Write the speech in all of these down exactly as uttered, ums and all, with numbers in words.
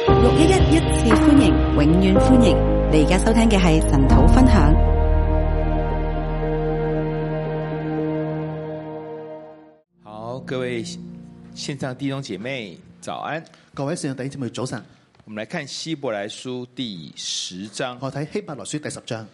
六一一一次歡迎，永遠歡迎。你而家收聽嘅係神土分享。 好，各位線上弟兄姐妹早安， 各位線上弟兄姐妹早晨。 我們來看希伯來書第十章。 我睇希伯來書第十章。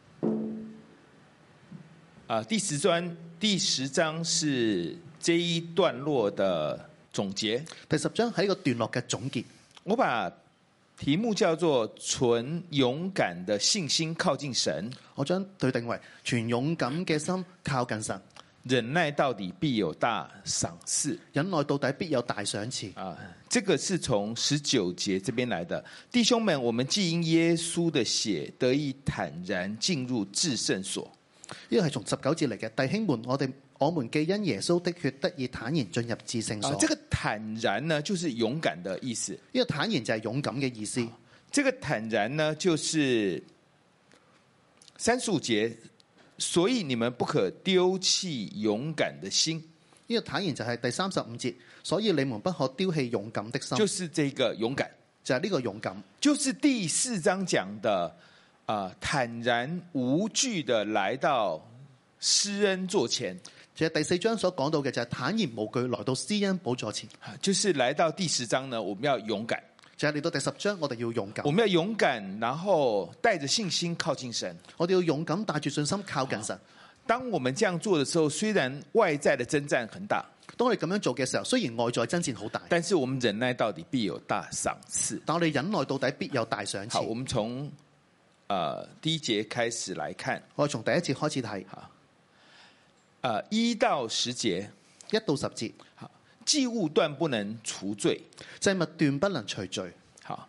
啊，第十章第十章是這一段落的總結。 第十章係一個段落嘅總結。 我把題目叫做存勇敢的信心靠近神。 我將對定為存勇敢嘅心靠近神。 忍耐到底必有大賞賜。 忍耐到底必有大賞賜。 啊，這個是從十九節這邊來的。弟兄們，我們既因耶穌的血得以坦然進入至聖所。 呢個係從十九節嚟嘅。弟兄們，我哋我們既因耶穌的血得以坦然進入至聖所。 啊，這個坦然呢，就是勇敢的意思。 呢個坦然就係勇敢嘅意思。 啊，這個坦然呢，就是三十五節。所以你們不可丟棄勇敢的心。 呢個坦然就係第三十五節。所以你們不可丟棄勇敢的心。 就是這個勇敢， 就係呢個勇敢， 就是第四章講的啊、呃，坦然無懼的來到施恩座前。 就係第四章所講到嘅就係坦然無懼來到施恩寶座前。 就是來到第十章呢，我們要勇敢。 就係嚟到第十章，我哋要勇敢。 我們要勇敢，然後帶着信心靠近神。 我哋要勇敢，帶住信心靠近神。 當我們這樣做的時候，雖然外在的征戰很大， 當我哋咁樣做嘅時候，雖然外在征戰好大， 但是我們忍耐到底必有大賞賜。 但我哋忍耐到底必有大賞賜。 好，我們從、呃、第一節開始來看。 我哋從第一節開始睇。 好，呃、一到十節， 一到十節。 好，祭物斷不能除罪， 祭物斷不能除罪。 好，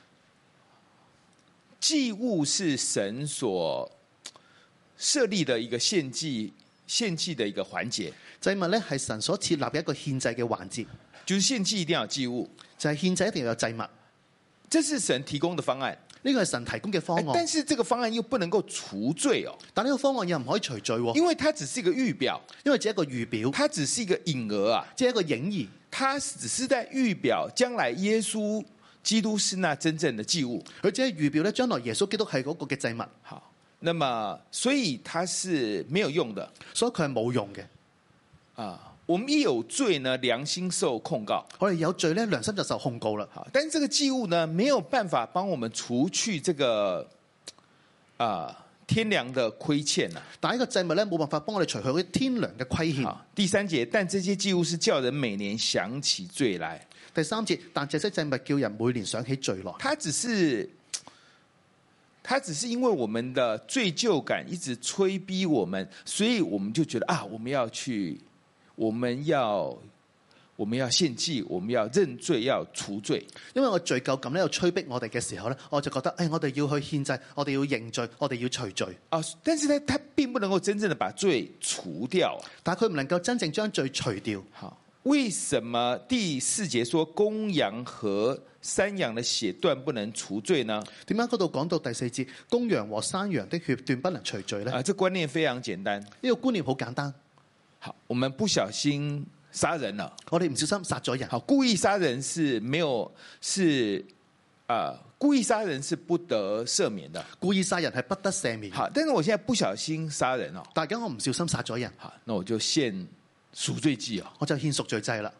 祭物是神所設立的一個獻祭獻祭的一個環節。 祭物咧係神所設立嘅一個獻祭嘅環節， 就是獻祭一定要有祭物， 就係獻祭一定要有祭物， 這是神提供的方案。 呢個係神提供嘅方案， 但是這個方案又不能夠除罪哦。 但呢個方案又唔可以除罪， 因為它只是一個預表， 因為只係一個預表， 它只是一個影兒啊， 即係一個影兒， 它只是在預表將來耶穌基督是那真正的祭物， 佢只係預表咧將來耶穌基督係嗰個嘅祭物。 好，那麼所以它是沒有用的， 所以佢係冇用嘅。 啊。我們一有罪呢，良心受控告。 我哋有罪呢，良心就受控告了。 好，但是這個祭物呢，沒有辦法幫我們除去這個啊、呃、天良的虧欠啊。 但係呢個祭物呢，冇辦法幫我哋除去嗰啲天良嘅虧欠。 第三節，但這些祭物是叫人每年想起罪來。 第三節，但這些祭物叫人每年想起罪來。 它只是，它只是因為我們的罪疚感一直催逼我們，所以我們就覺得啊，我們要去。我們要我們要獻祭，我們要認罪，要除罪。 因為我罪疚感咧，又催逼我哋嘅時候咧，我就覺得，誒、哎，我哋要去獻祭，我哋要認罪，我哋要除罪。 啊，但是呢，他並不能夠真正的把罪除掉， 但係佢唔能夠真正將罪除掉。 好，為什麼第四節說公羊和山羊的血斷不能除罪呢？ 點解嗰度講到第四節，公羊和山羊的血斷不能除罪呢？ 啊，這觀念非常簡單。 呢個觀念好簡單。 好，我們不小心殺人了， 我哋唔小心殺咗人。 好，故意殺人是沒有是啊、呃，故意殺人是不得赦免的。 故意殺人係不得赦免。 好，但是我現在不小心殺人哦， 大家我唔小心殺咗人， 好，那我就獻贖罪祭哦， 我就獻贖罪祭啦。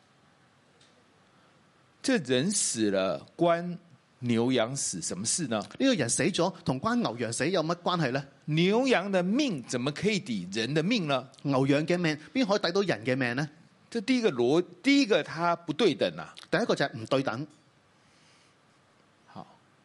這人死了關牛羊死什麼事呢？ 呢個人死咗同關牛羊死有乜關係呢？ 牛羊的命怎麼可以抵人的命呢？ 牛羊嘅命邊可以抵到人嘅命呢？ 這第一個邏，第一個它不對等啊。 第一個就係唔對等。 好，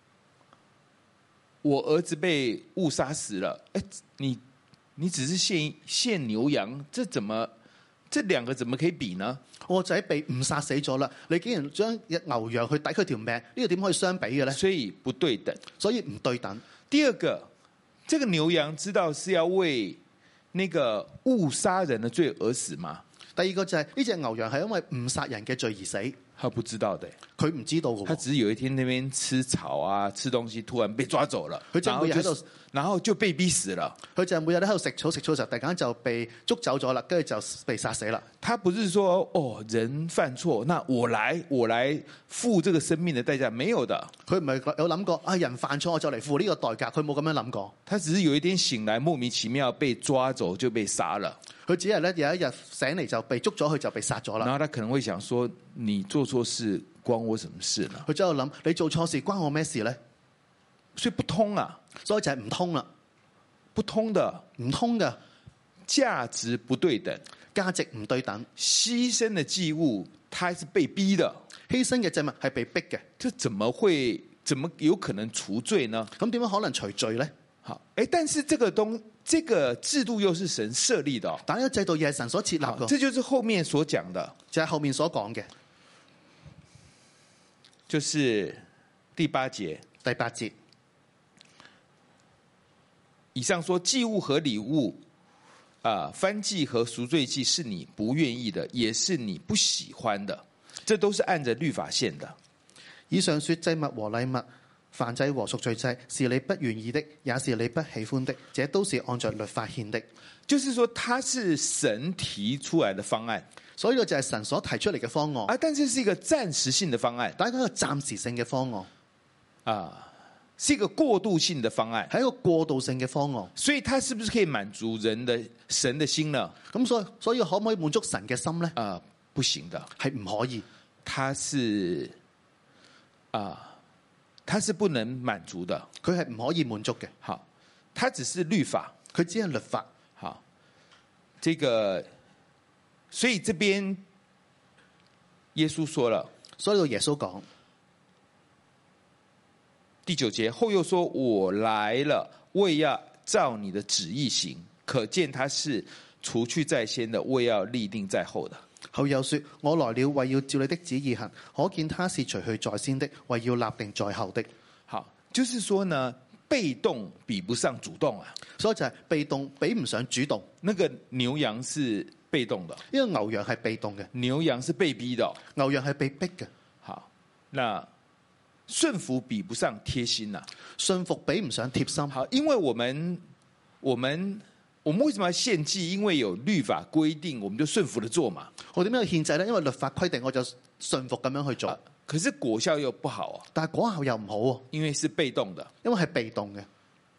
我兒子被誤殺死了，誒，你你只是獻獻牛羊，這怎麼這兩個怎麼可以比呢？ 我仔被誤殺死咗啦，你竟然將牛羊去抵佢條命，呢、這個點可以相比嘅呢？ 所以不對等， 所以唔對等。 第二個，這個牛羊知道是要為那個誤殺人的罪而死嗎？ 第二個就係呢隻牛羊係因為誤殺人嘅罪而死， 他不知道的， 佢唔知道嘅， 他只是有一天那邊吃草啊，吃東西，突然被抓走了， 佢就會喺度然後就被逼死了。 佢就係每日喺度食草食草嘅時候，突然間就被捉走咗啦，跟住就被殺死啦。 他不是說哦，人犯錯，那我來我來付這個生命的代價，沒有的。 佢唔係有諗過啊，人犯錯我就嚟付呢個代價，佢冇咁樣諗過。 他只是有一天醒來，莫名其妙被抓走就被殺了。 佢只係咧有一日醒嚟就被捉咗，佢就被殺咗啦。 然後他可能會想說：你做錯事關我什麼事呢？ 佢之後諗：你做錯事關我咩事呢？ 所以不通啊， 所以就係唔通啦， 不通的， 唔通嘅價值不對等， 價值唔對等， 犧牲的祭物，他是被逼的， 犧牲嘅祭物係被逼嘅， 這怎麼會？怎麼有可能除罪呢？ 咁點樣可能除罪呢？ 好，誒，但是這個東，這個制度又是神設立的， 但呢個制度又係神所設立嘅， 這就是後面所講的， 就係後面所講嘅， 就是第八節， 第八節。 以上說祭物和禮物，啊，燔祭和贖罪祭是你不願意的，也是你不喜歡的，這都是按着律法獻的。 以上說祭物和禮物、燔祭和贖罪祭是你不願意的，也是你不喜歡的，這都是按照律法獻的。 就是說，它是神提出來的方案， 所以呢就係神所提出嚟嘅方案。 啊，但是是一個暫時性的方案， 但係一個暫時性嘅方案， 啊。是一個過渡性的方案， 係一個過渡性嘅方案， 所以它是不是可以滿足人的神的心呢？ 咁所以所以可唔可以滿足神嘅心呢？ 啊、呃，不行的， 係唔可以， 它是啊、呃，它是不能滿足的， 佢係唔可以滿足嘅。 好，它只是律法， 佢只係律法。 好，這個，所以這邊耶穌說了， 所以到耶穌講。 第九節後又說：我來了，為要照你的旨意行。可見他是除去在先的，為要立定在後的。 後又說：我來了，為要照你的旨意行。可見他是除去在先的，為要立定在後的。 好，就是說呢，被動比不上主動啊。 所以就係被動比唔上主動。 那個牛羊是被動的， 因為牛羊係被動嘅， 牛羊是被逼的， 牛羊係被逼嘅。 好，那。順服比不上貼心啊， 順服比唔上貼心。 好，因為我們我們我們為什麼要獻祭？因為有律法規定，我們就順服的做嘛。 我點樣去獻祭呢？因為律法規定，我就順服咁樣去做。 啊，可是果效又不好啊， 但係果效又唔好， 因為是被動的， 因為係被動嘅，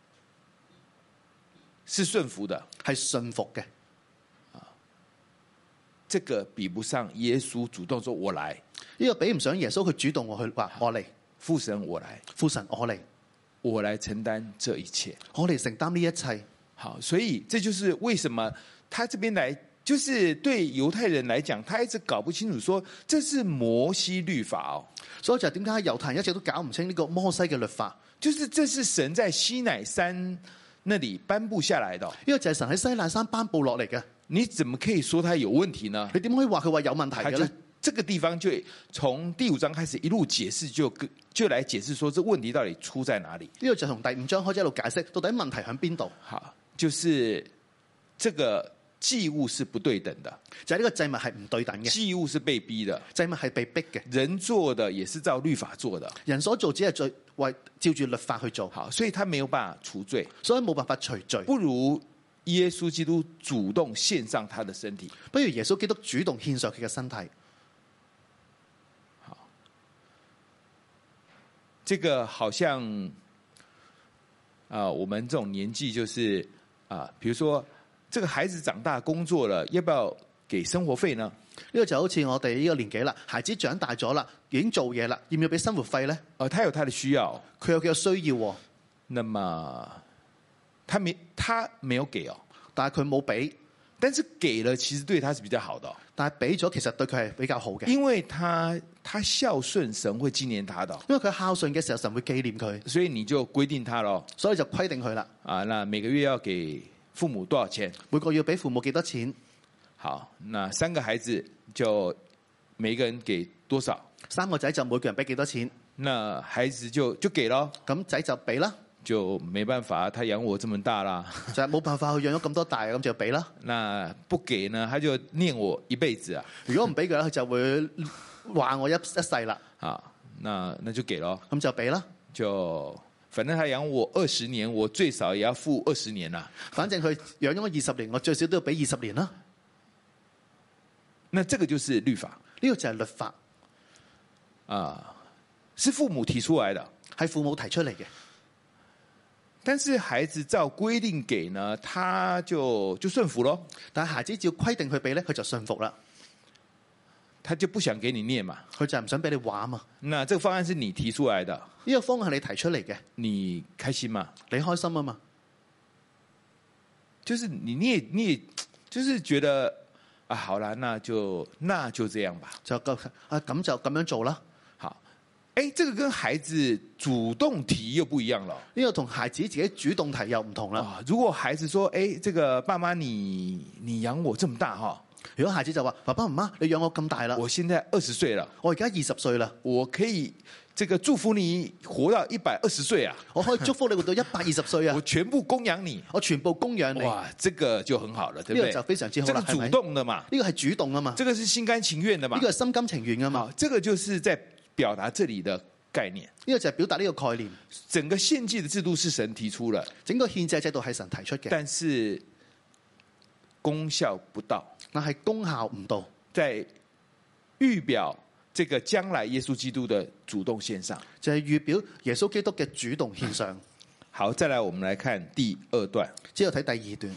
是順服的， 係順服嘅。 啊，這個比不上耶穌主動說我來， 呢個比唔上耶穌佢主動我去話我嚟。 父神我來， 父神我嚟， 我來承擔這一切， 我嚟承擔呢一切。 好，所以這就是為什麼他這邊來，就是對猶太人來講，他一直搞不清楚，說這是摩西律法哦。 所以就點解猶太人一直都搞唔清呢個摩西嘅律法？ 就是這是神在西乃山那裡頒布下來的， 呢個就係神喺西乃山頒布落嚟嘅。 你怎麼可以說他有問題呢？ 你點可以話佢話有問題嘅呢？ 這個地方就從第五章開始一路解釋，就就來解釋說，這問題到底出在哪裡？ 呢個就從第五章開始一路解釋，到底問題喺邊度？ 好，就是這個祭物是不對等的， 就係呢個祭物係唔對等嘅， 祭物是被逼的， 祭物係被逼嘅， 人做的也是照律法做的， 人所做只係最為照住律法去做。 好，所以他沒有辦法除罪， 所以冇辦法除罪， 不如耶穌基督主動獻上他的身體， 不如耶穌基督主動獻上佢嘅身體。 這個好像啊、呃，我們這種年紀就是啊、呃，比如說這個孩子長大工作了，要不要給生活費呢？ 呢個就好似我哋呢個年紀啦，孩子長大咗啦，已經做嘢啦，要唔要俾生活費呢？ 哦、呃，他有他的需要， 佢有佢嘅需要、哦， 那麼他沒他沒有給哦， 但係佢冇俾， 但是給了其實對他是比較好的、哦， 但係俾咗其實對佢係比較好嘅， 因為他他孝順，神會紀念他的， 因為佢孝順嘅時候，神會紀念佢， 所以你就規定他咯， 所以就規定佢啦。 啊，那每個月要給父母多少錢？ 每個月要俾父母幾多錢？ 好，那三個孩子就每一個人給多少？ 三個仔就每個人俾幾多錢？ 那孩子就就給咯， 咁仔就俾啦， 就沒辦法，他養我這麼大啦， 就係冇辦法去養咗咁多大，咁就俾啦。 那不給呢，他就念我一輩子啊。 如果唔俾佢咧，佢就會話我一一世啦。 啊，那那就給咯， 咁就俾啦。 就反正他養我二十年，我最少也要付二十年啦。 反正佢養咗我二十年，我最少都要俾二十年啦。 那這個就是律法， 呢個就係律法啊，是父母提出來的， 係父母提出嚟嘅。 但是孩子照規定給呢，他就就順服咯。 但係孩子照規定去俾咧，佢就信服啦。 他就不想給你念嘛， 佢就係唔想俾你話啊嘛。 那這個方案是你提出來的， 呢個方案係你提出嚟嘅， 你開心嗎？ 你開心啊嘛。 就是你你也你也就是覺得啊，好啦，那就那就這樣吧， 就咁啊，咁就咁樣做啦。 好，哎，這個跟孩子主動提又不一樣了。 呢個同孩子自己主動提又唔同啦。 啊，如果孩子說，哎，這個爸媽你你養我這麼大哈。 如果孩子就話：爸爸媽媽，你養我咁大啦， 我現在二十歲了， 我而家二十歲啦， 我可以這個祝福你活到一百二十歲啊！ 我可以祝福你活到一百二十歲啊！ 我全部供養你， 我全部供養你。 哇，這個就很好了，對不對？ 呢個就非常之好啦， 這個主動的嘛， 呢個係主動啊嘛， 這個是心甘情願的嘛， 呢個係心甘情願啊嘛。 這個就是在表達這裡的概念。 呢個就係表達呢個概念。 整個獻祭的制度是神提出的， 整個獻祭制度係神提出嘅， 但是功效不到。 但係功效唔到， 在預表這個將來耶穌基督的主動獻上， 就係預表耶穌基督嘅主動獻上。 好，再來我們來看第二段， 之後睇第二段，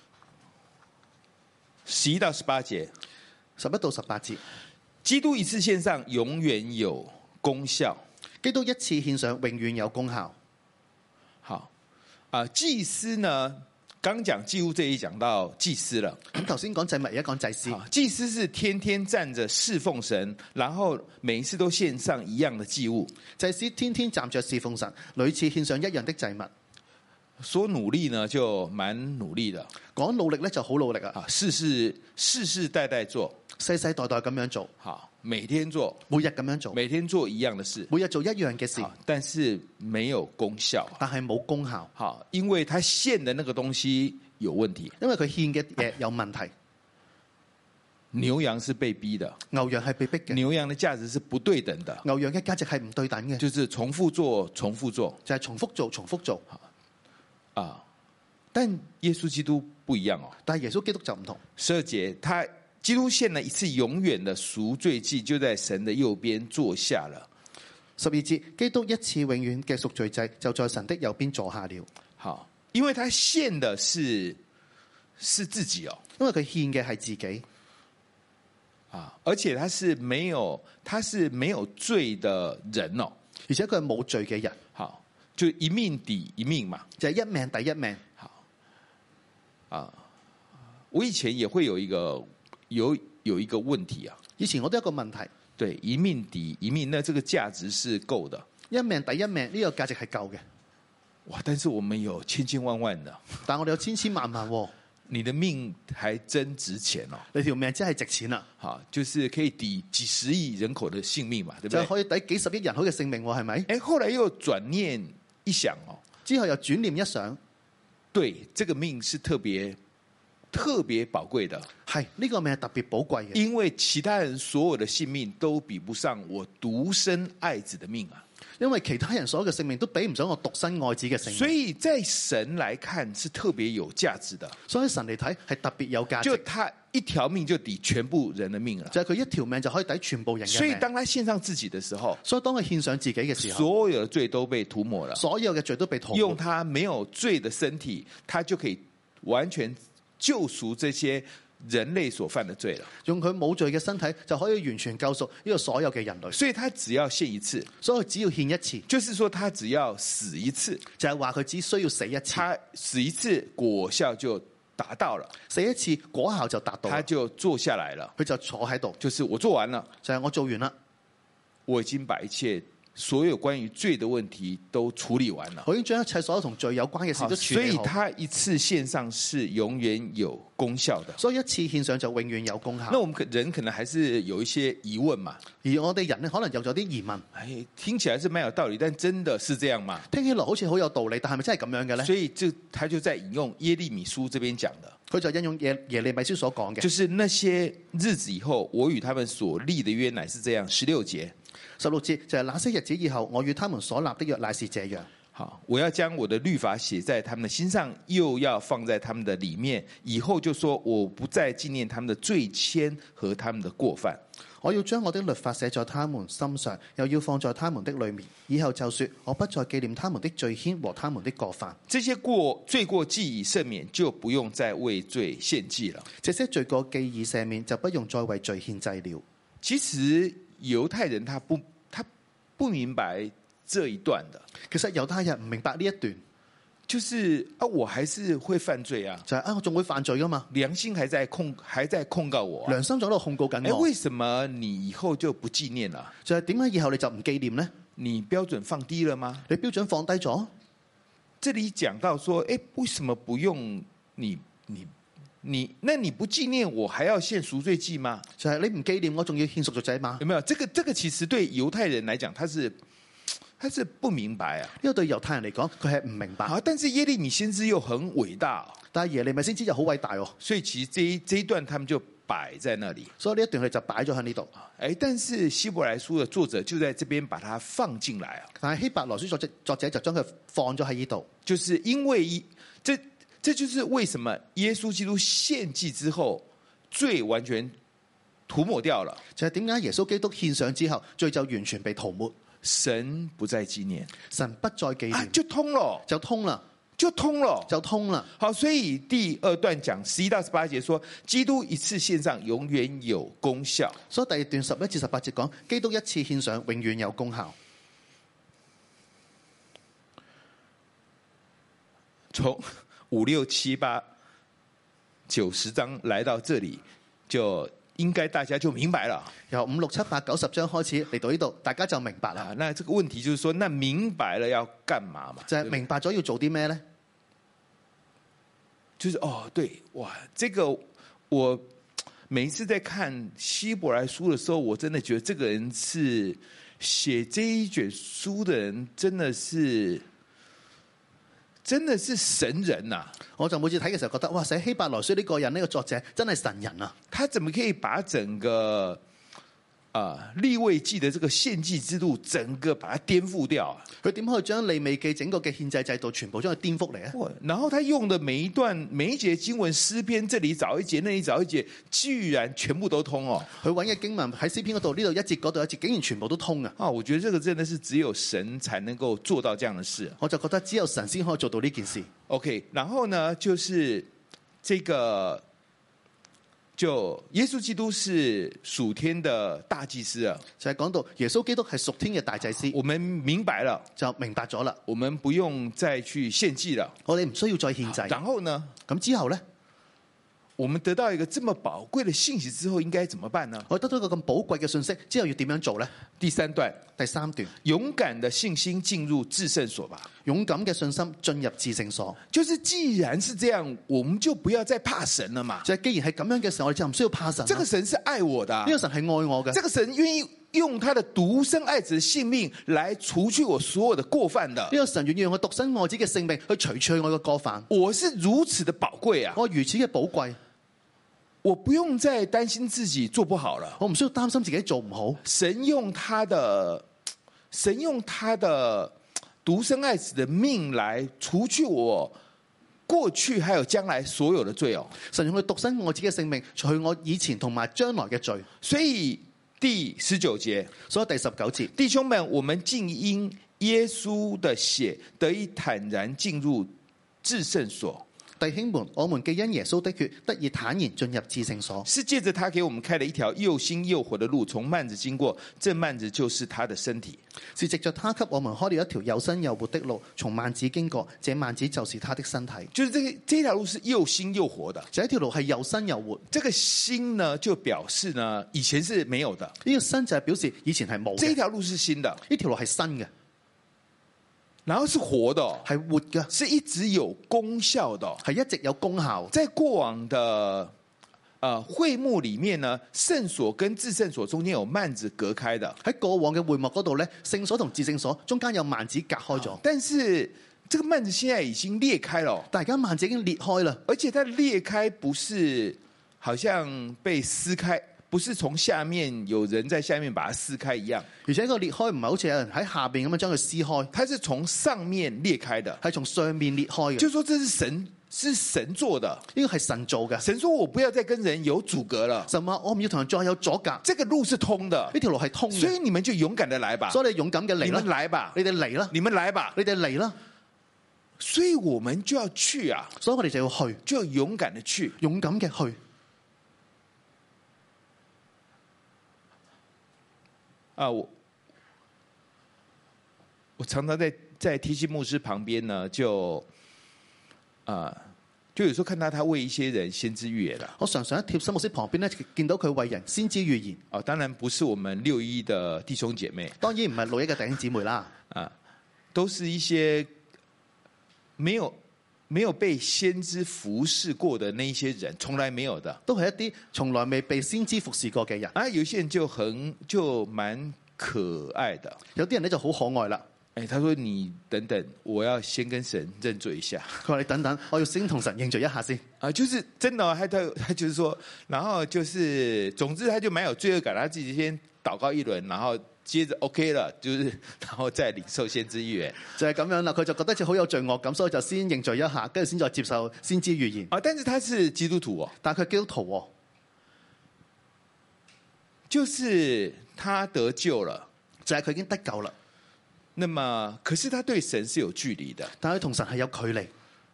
十一到十八節， 十一到十八節， 基督一次獻上永遠有功效， 基督一次獻上永遠有功效。 好，啊，祭司呢？剛講祭物這一講到祭司了， 咁頭先講祭物，而家講祭司。 祭司是天天站着侍奉神，然後每一次都獻上一樣的祭物。 祭司天天站着侍奉神，屢次獻上一樣的祭物。 說努力呢，就蠻努力的。 講努力咧，就好努力啊！ 世世世世代代做， 世世代代咁樣做， 好，每天做， 每日咁樣做， 每天做一樣的事， 每日做一樣嘅事， 但是沒有功效， 但係冇功效。 好，因為他獻的那個東西有問題， 因為佢獻嘅嘢有問題。 牛羊是被逼的， 牛羊係被逼嘅， 牛羊的價值是不對等的， 牛羊嘅價值係唔對等嘅， 就是重複做，重複做， 就係重複做，重複做。 啊，但耶穌基督不一樣哦。 但係耶穌基督就唔同。 十二節，他基督獻了一次永遠的贖罪祭，就在神的右邊坐下了。 十二節，基督一次永遠嘅贖罪祭，就在神的右邊坐下了。 好，因為他獻的是是自己哦， 因為佢獻嘅係自己啊，而且他是沒有他是沒有罪的人哦， 而且佢係冇罪嘅人。 好。就一命抵一命嘛， 就係一命抵一命。 好啊，我以前也會有一個有有一個問題啊。 以前我都有一個問題， 對，一命抵一命，那這個價值是夠的。 一命抵一命呢個價值係夠嘅。 哇！但是我們有千千萬萬的， 但我哋有千千萬萬喎。 你的命還真值錢哦！ 你條命真係值錢啊！ 好，就是可以抵幾十億人口的性命嘛，對不對？ 就可以抵幾十億人口嘅性命喎，係咪？ 誒，後來又轉念一想哦， 之後又轉念一想， 對，這個命是特別特別寶貴的， 係呢個命係特別寶貴嘅， 因為其他人所有的性命都比不上我獨生愛子的命啊！ 因為其他人所有嘅性命都比唔上我獨生愛子嘅性命， 所以在神來看是特別有價值的。 所以神嚟睇係特別有價值， 就他一條命就抵全部人的命了， 就係佢一條命就可以抵全部人嘅命。 所以當他獻上自己的時候， 所以當佢獻上自己嘅時候， 所有的罪都被塗抹了， 所有嘅罪都被塗抹。 用他沒有罪的身體，他就可以完全救贖這些人類所犯的罪了。 用佢冇罪嘅身體就可以完全救贖呢個所有嘅人類。 所以他只要獻一次， 所以只要獻一次， 就是說他只要死一次， 就係話佢只需要死一次， 他死一次果效就達到了， 死一次果效就達到， 他就坐下來了， 佢就坐喺度， 就是我做完了， 就係我做完啦， 我已經把一切所有關於罪的問題都處理完了， 我已經將一切所有同罪有關嘅事都處理好。 所以他一次獻上是永遠有功效的， 所以一次獻上就永遠有功效。 那我們人可能還是有一些疑問嘛， 而我哋人呢可能有咗啲疑問， 哎，聽起來是蠻有道理，但真的是這樣嗎？ 聽起來好似好有道理，但係咪真係咁樣嘅呢？ 所以就他就在引用耶利米書這邊講的， 佢就引用耶耶利米書所講嘅， 就是那些日子以後，我與他們所立的約乃是這樣。十六節， 十六節就係那些日子以後，我與他們所立的約乃是這樣。 好，我要將我的律法寫在他們的心上，又要放在他們的裡面。以後就說我不再紀念他們的罪愆和他們的過犯。 我要將我的律法寫在他們心上，又要放在他們的裡面。以後就說我不再紀念他們的罪愆和他們的過犯。 這些過罪過既已赦免，就不用再為罪獻祭了。 這些罪過既已赦免，就不用再為罪獻祭了。 其實猶太人他不他不明白這一段的。 其實猶太人唔明白呢一段， 就是啊，我還是會犯罪啊， 就係、是、啊，我仲會犯罪噶嘛， 良心還在控，還在控告我、啊， 良心仲喺度控告緊我。 為什麼你以後就不紀念了？ 就係點解以後你就唔紀念呢？ 你標準放低了嗎？ 你標準放低咗？ 這裡講到說，誒，為什麼不用你你你？那你不紀念我，還要獻贖罪祭嗎？ 就係、是、你唔紀念我，仲要獻贖罪祭嗎？ 有沒有？這個這個其實對猶太人來講，他是。他是不明白啊， 因為對猶太人嚟講，佢係唔明白。 啊，但是耶利米先知又很偉大、哦， 但係耶利米先知又好偉大哦。 所以其實這一這一段他們就擺在那裡。 所以呢一段佢就擺咗喺呢度。 誒，但是希伯來書的作者就在這邊把它放進來啊。 但係希伯來書作者作者就將佢放咗喺呢度， 就是因為這這就是為什麼耶穌基督獻祭之後，罪完全塗抹掉了。 就係點解耶穌基督獻上之後，罪就完全被塗抹。 神不再紀念， 神不再紀念、 啊，就通了， 就通了， 就通了， 就通了。 好，所以第二段講十一到十八節說，基督一次獻上永遠有功效。 所以第二段十一至十八節講，基督一次獻上永遠有功效。 從五六七八九十章來到這裡，就應該大家就明白了。 由五六七八九十章開始嚟到呢度，大家就明白啦、 啊。那這個問題就是說，那明白了要幹嘛嘛？ 就係、是、明白咗要做啲咩呢？ 就是哦，對，哇，這個我每一次在看希伯來書的時候，我真的覺得這個人是寫這一卷書的人，真的是。真的是神人呐、啊！ 我就每次睇嘅時候覺得，哇！寫希伯來書呢個人，呢、呢個作者真係神人啊！ 他怎麼可以把整個啊利未記的這個獻祭制度，整個把它顛覆掉啊？ 佢點可以將利未記整個嘅獻祭制度全部將佢顛覆嚟啊？ 然後他用的每一段每一節經文詩篇，這裡找一節，那裡找一節，居然全部都通哦！ 佢揾嘅經文喺詩篇嗰度，呢度一節，嗰度一節，竟然全部都通啊！ 啊，我覺得這個真的是只有神才能夠做到這樣的事。 我就覺得只有神先可以做到呢件事。 OK，然後呢，就是這個。就耶穌基督是屬天的大祭司啊， 就係講到耶穌基督係屬天嘅大祭司， 我們明白了， 就明白咗啦， 我們不用再去獻祭了， 我哋唔需要再獻祭。 然後呢， 咁之後呢， 我們得到一個這麼寶貴的信息之後，應該怎麼辦呢？ 我得到一個咁寶貴嘅信息之後，要點樣做呢？ 第三段， 第三段， 勇敢的信心進入至聖所吧。 勇敢嘅信心進入至聖所， 就是既然是這樣，我們就不要再怕神了嘛。 就係既然係咁樣嘅時候，我哋就唔需要怕神。 這個神是愛我的， 呢個神係愛我嘅。 這個神願意用他的獨生愛子的性命來除去我所有的過犯的。 呢個神願意用我獨生愛子嘅性命去除去我嘅過犯。 我是如此的寶貴啊！ 我如此嘅寶貴。 我不用再擔心自己做不好了， 我唔需要擔心自己做唔好。 神用他的，神用他的獨生愛子的命來除去我過去還有將來所有的罪哦。 神用佢獨生愛子嘅性命除去我以前同埋將來嘅罪。 所以第十九節， 所以第十九節， 弟兄們，我們竟因耶穌的血得以坦然進入至聖所。 弟兄們，我們既因耶穌的血得以坦然進入至聖所， 是借着他給我們開了一條又新又活的路，從幔子經過，這幔子就是他的身體。 是藉着他給我們開了一條又新又活的路，從幔子經過，這幔子就是他的身體。 就是這個這條路是又新又活的， 這一條路係又新又活。 這個新呢就表示呢以前是沒有的， 呢個新就係表示以前係冇嘅。 這條路是新的， 呢條路係新嘅。 然後是活的， 係活嘅， 是一直有功效的， 係一直有功效。 在過往的呃會幕裏面呢，聖所跟至聖所中間有幔子隔開的。 喺過往嘅會幕嗰度呢，聖所同至聖所中間有幔子隔開咗。 但是這個幔子現在已經裂開了， 但係而家幔子已經裂開啦， 而且它裂開不是好像被撕開。 不是從下面有人在下面把它撕開一樣， 而且個裂開唔係好似有人喺下邊咁樣將佢撕開， 它是從上面裂開的， 係從上面裂開嘅。 就說這是神是神做的， 呢個係神做嘅。 神說我不要再跟人有阻隔了， 神話我唔要同人再有阻隔， 這個路是通的， 呢條路係通嘅， 所以你們就勇敢的來吧， 所以你勇敢嘅嚟你們啦， 來吧， 你哋嚟啦， 你們來吧， 你哋嚟啦， 所以我們就要去啊， 所以我哋就要去， 就要勇敢的去， 勇敢嘅去。 啊，我我常常在在提西牧師旁邊呢，就啊，就有時候看到他為一些人先知預言啦。 我常常喺貼心牧師旁邊咧，見到佢為人先知預言。 哦，當然不是我們六一的弟兄姐妹， 當然唔係六一嘅弟兄姊妹啦， 啊，都是一些沒有沒有被先知服侍過的那一些人，從來沒有的， 都係一啲從來未被先知服侍過嘅人。 啊，有些人就很就蠻可愛的， 有啲人咧就好可愛啦。 哎，他說你等等，我要先跟神認罪一下。 佢話你等等，我要先同神認罪一下先。 啊，就是真的、哦，他他他就是說，然後就是，總之他就蠻有罪惡感，他自己先禱告一輪，然後接着 OK 了，就是然後再領受先知預言， 就係咁樣啦。佢就覺得自己好有罪惡感，所以就先認罪一下，跟住先再接受先知預言。 啊，但是他是基督徒哦， 但係佢係基督徒喎， 就是他得救了， 就係佢已經得救啦。 那麼可是他對神是有距離的， 但係佢同神係有距離。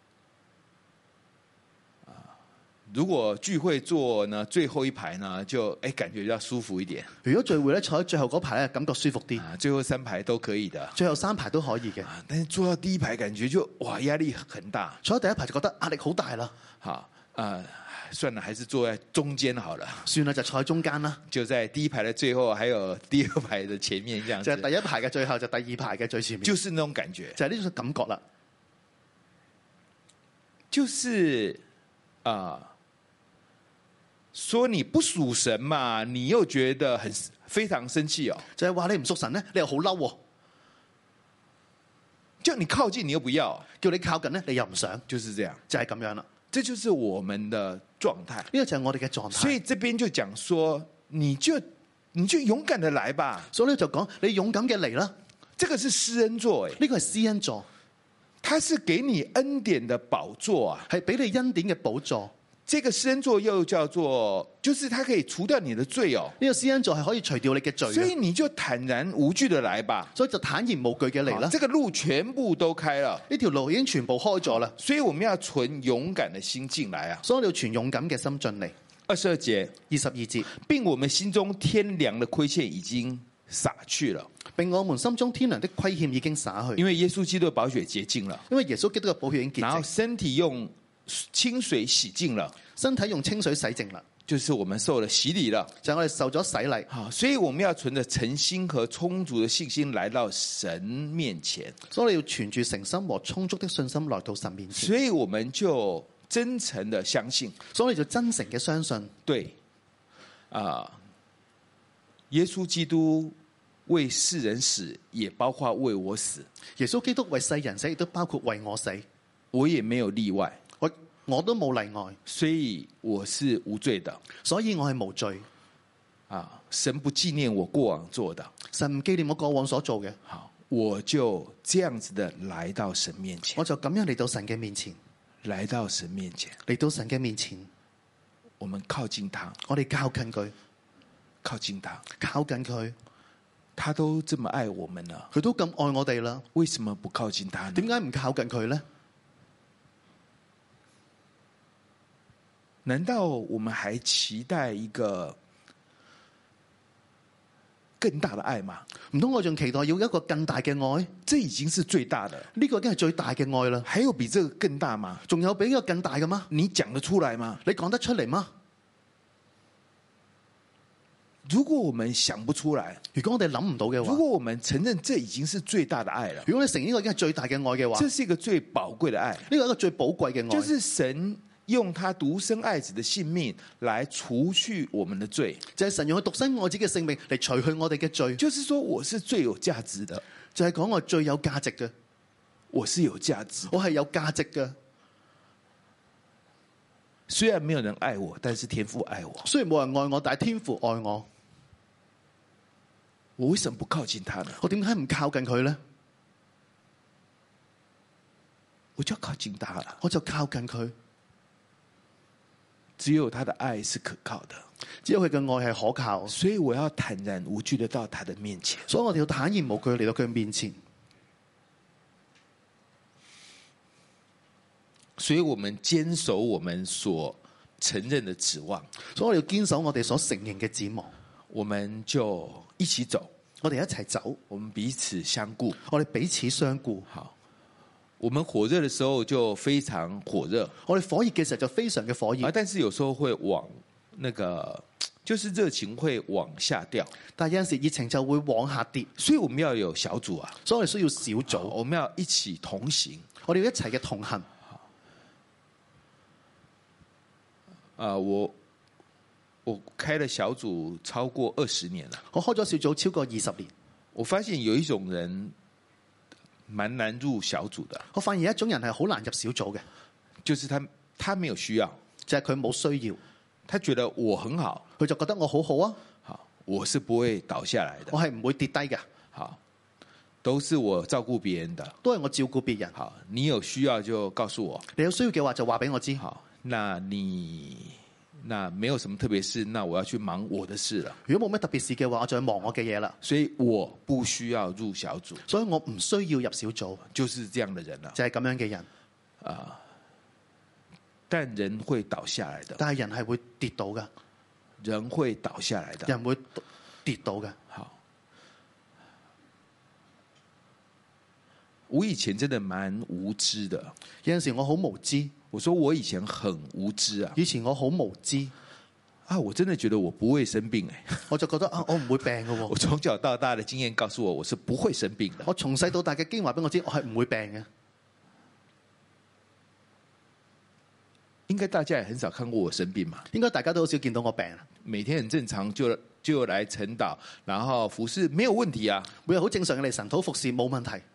如果聚會坐呢最後一排呢，就誒、哎、感覺比較舒服一點。 如果聚會咧坐喺最後嗰排咧，感覺舒服啲。 啊，最後三排都可以的， 最後三排都可以嘅。 啊，但是坐到第一排，感覺就哇壓力很大。 坐喺第一排就覺得壓力好大啦。 好啊，算了，還是坐在中間好了。 算啦，就坐喺中間啦。 就在第一排的最後，還有第二排的前面，這樣子。 就係第一排嘅最後，就第二排嘅最前面。 就是那種感覺， 就係呢種感覺啦。 就是啊。呃說你不屬神嘛，你又覺得很非常生氣哦。 就係話你唔屬神咧，你又好嬲喎。 叫你靠近，你又不要； 叫你靠近咧，你又唔想。 就是這樣， 就係咁樣啦。 這就是我們的狀態。 呢個就係我哋嘅狀態。 所以這邊就講說，你就你就勇敢的來吧。 所以呢就講你勇敢嘅嚟啦。 這個是施恩座，誒， 呢個係施恩座， 它是給你恩典的寶座啊， 係俾你恩典嘅寶座。 這個施恩座又叫做，就是它可以除掉你的罪哦。 呢個施恩座係可以除掉你嘅罪， 所以你就坦然無懼的來吧。 所以就坦然無懼嘅嚟啦。 這個路全部都開了， 呢條路已經全部開咗啦。 所以我們要存勇敢的心進來啊。 所以我哋要存勇敢嘅心進嚟。 二十二節， 二十二節， 並我們心中天良的虧欠已經灑去了， 並我們心中天良的虧欠已經灑去， 因為耶穌基督的寶血潔淨了， 因為耶穌基督嘅寶血已經潔淨， 然後身體用清水洗淨了， 身體用清水洗淨啦， 就是我們受了洗禮了， 就係我哋受咗洗禮。 好，所以我們要存着誠心和充足的信心來到神面前， 所以你要存住誠心和充足的信心來到神面前， 所以我們就真誠的相信， 所以你就真誠嘅相信， 對，啊，耶穌基督為世人死，也包括為我死， 耶穌基督為世人死，亦都包括為我死， 我也沒有例外。 我我都冇例外， 所以我是無罪的， 所以我係無罪。 啊，神不紀念我過往做的， 神唔紀念我過往所做嘅， 好，我就這樣子的來到神面前， 我就咁樣嚟到神嘅面前， 來到神面前， 嚟到神嘅面前， 我們靠近他， 我哋靠近佢， 靠近他， 靠近佢， 他都這麼愛我們了， 佢都咁愛我哋啦， 為什麼不靠近他呢？ 點解唔靠近佢呢？ 難道我們還期待一個更大的愛嗎？ 唔通我仲期待要一個更大嘅愛？ 這已經是最大的， 呢個已經係最大嘅愛啦。 還有比這個更大嗎？ 仲有比呢個更大嘅嗎？ 你講得出來嗎？ 你講得出嚟嗎？ 如果我們想不出來， 如果我哋諗唔到嘅話， 如果我們承認這已經是最大的愛了， 如果你承認呢個已經係最大嘅愛嘅話， 這是一個最寶貴的愛， 呢個係一個最寶貴嘅愛， 就是神用他獨生愛子的性命來除去我們的罪， 就係神用佢獨生愛子嘅性命嚟除去我哋嘅罪。 就是說我是最有價值的， 就係講我最有價值嘅， 我是有價值， 我係有價值嘅。 虽然没有人爱我，但是天父爱我。 雖然冇人愛我，但係天父愛我。 我為什麼不靠近他呢？ 我點解唔靠近佢呢？ 我就要靠近他了。 我就靠近佢。 只有他的愛是可靠的， 只有佢嘅愛係可靠， 所以我要坦然無懼的到他的面前。 所以我哋要坦然無懼嚟到佢面前。 所以我們堅守我們所承認的指望， 所以我哋要堅守我哋所承認嘅指望。 我們就一起走， 我哋一齊走， 我們彼此相顧， 我哋彼此相顧。 好，我們火熱的時候就非常火熱， 我哋火熱嘅時候就非常嘅火熱， 啊，但是有時候會往那個，就是熱情會往下掉。 但係有陣時熱情就會往下跌， 所以我們要有小組啊， 所以我哋需要小組， 我們要一起同行， 我哋要一齊嘅同行。 啊，我我開了小組超過二十年了， 我開咗小組超過二十年， 我發現有一種人蠻難入小組的。 我發現有一種人係好難入小組嘅， 就是他他沒有需要， 就係佢冇需要， 他覺得我很好， 佢就覺得我好好啊， 好，我是不會倒下來的， 我係唔會跌低嘅， 好，都是我照顧別人的， 都係我照顧別人。 好，你有需要就告訴我， 你有需要嘅話就話俾我知。 好，那你那沒有什麼特別事，那我要去忙我的事了。 如果冇咩特別事嘅話，我就去忙我嘅嘢啦。 所以我不需要入小組， 所以我唔需要入小組， 就是這樣的人啦， 就係咁樣嘅人。 啊，但人會倒下來的， 但係人係會跌倒嘅， 人會倒下來的， 人會跌倒嘅。 好，我以前真的蠻無知的， 有陣時我好無知， 我說我以前很無知啊， 以前我好無知啊，我真的覺得我不會生病哎， 我就覺得啊，我唔會病嘅喎。 我從小到大的經驗告訴我，我是不會生病的。 我從細到大嘅經驗話俾我知，我係唔會病嘅。 應該大家也很少看過我生病嘛， 應該大家都好少見到我病， 每天很正常就就來晨禱，然後服侍沒有問題啊， 每日好正常嘅嚟神土服侍冇問題。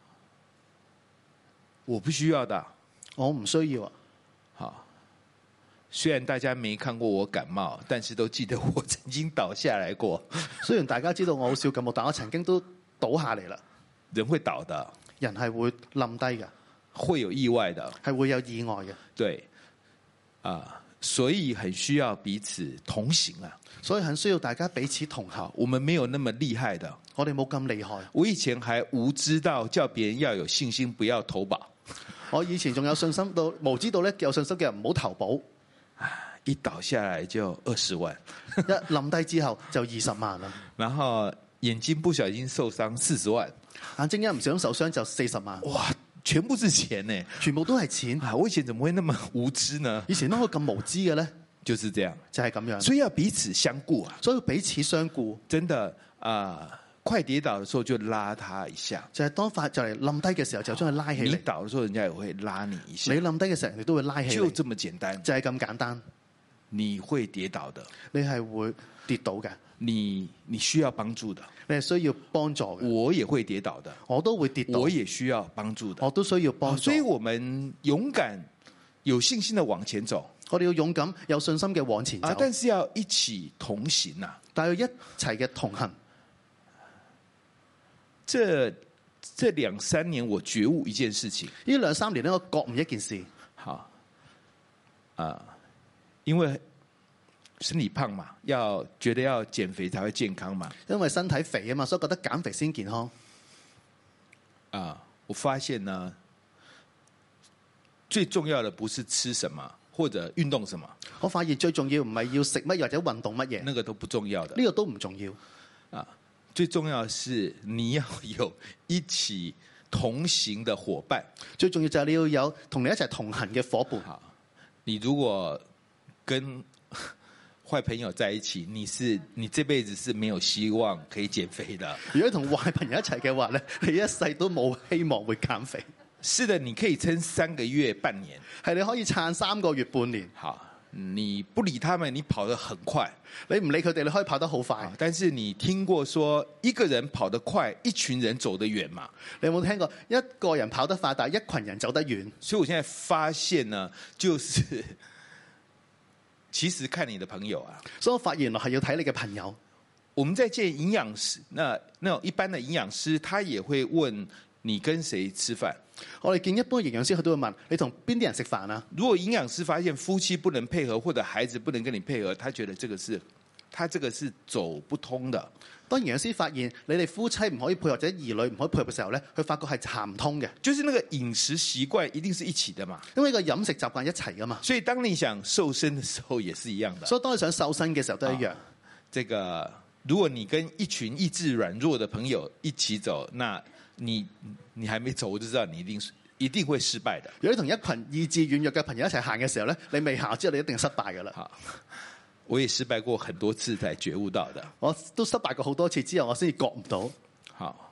我不需要的， 我唔需要啊。 好，雖然大家沒看過我感冒，但是都記得我曾經倒下來過。 雖然大家知道我好少感冒，但我曾經都倒下嚟啦。 人會倒的， 人係會冧低嘅， 會有意外的， 係會有意外嘅。 對，啊，所以很需要彼此同行啊。 所以很需要大家彼此同行。 好，我們沒有那麼厲害的， 我哋冇咁厲害。 我以前還無知到叫別人要有信心，不要投保。 我以前仲有信心到無知道咧，有信心嘅人唔好投保， 一倒下來就二十萬， 一冧低之後就二十萬啦。 然後眼睛不小心受傷四十萬， 眼睛一唔小心受傷就四十萬， 哇，全部是錢呢， 全部都係錢。 啊！我以前怎麼會那麼無知呢？ 以前都可以咁無知嘅咧， 就是這樣， 就係咁樣。 所以要彼此相顧啊， 所以彼此相顧， 真的啊。呃快跌倒的時候就拉他一下， 就係當發就嚟冧低嘅時候就將佢拉起你嚟。 倒的時候，人家也會拉你一下。 你冧低嘅時候，人哋都會拉起嚟。 就這麼簡單， 就係咁簡單。 你會跌倒的， 你係會跌倒嘅， 你你需要幫助的， 你係需要幫助嘅。 我也會跌倒的， 我都會跌倒， 我也需要幫助的， 我都需要幫助。 所以我們勇敢、有信心的往前走。 我哋要勇敢、有信心嘅往前走， 啊，但是要一起同行啊！ 但係要一齊嘅同行。 這這兩三年，我覺悟一件事情。 呢兩三年呢，我覺悟一件事。 好，啊，因為身體胖嘛，要覺得要減肥才會健康嘛。 因為身體肥啊嘛，所以覺得減肥先健康。 啊，我發現呢，最重要的不是吃什麼或者運動什麼。 我發現最重要唔係要食乜或者運動乜嘢， 那個都不重要的。 呢個都唔重要。 啊。最重要的是你要有一起同行的伙伴， 最重要就係你要有同你一齊同行嘅伙伴。 好，你如果跟壞朋友在一起，你是你這輩子是沒有希望可以減肥的。 如果同壞朋友一齊嘅話咧，你一世都冇希望會減肥。 是的，你可以撐三個月、半年， 係你可以撐三個月、半年。 好。你不理他們，你跑得很快。 你唔理佢哋，你可以跑得好快。 但是你聽過說一個人跑得快，一群人走得遠嘛？ 你有冇聽過一個人跑得快，但係一群人走得遠？ 所以我現在發現呢，就是其實看你的朋友啊。 所以我發現原來係要睇你嘅朋友。 我們在見營養師，那那種一般的營養師，他也會問你跟誰吃飯。 我哋見一般營養師，佢都會問你同邊啲人食飯啊？ 如果營養師發現夫妻不能配合，或者孩子不能跟你配合，他覺得這個是，他這個是走不通的。 當營養師發現你哋夫妻唔可以配合，或者兒女唔可以配合嘅時候咧，佢發覺係行唔通嘅。 就是那個飲食習慣一定是一起的嘛， 因為個飲食習慣一齊噶嘛。 所以當你想瘦身的時候，也是一樣的。 所以當你想瘦身嘅時候都一樣。 啊，這個如果你跟一群意志軟弱的朋友一起走，那你你還沒走，我就知道你一定一定會失敗的。 如果你同一群意志軟弱嘅朋友一齊行嘅時候咧，你未行之後你一定失敗噶啦。 好，我也失敗過很多次才覺悟到的。 我都失敗過好多次之後，我先至覺唔到。 好，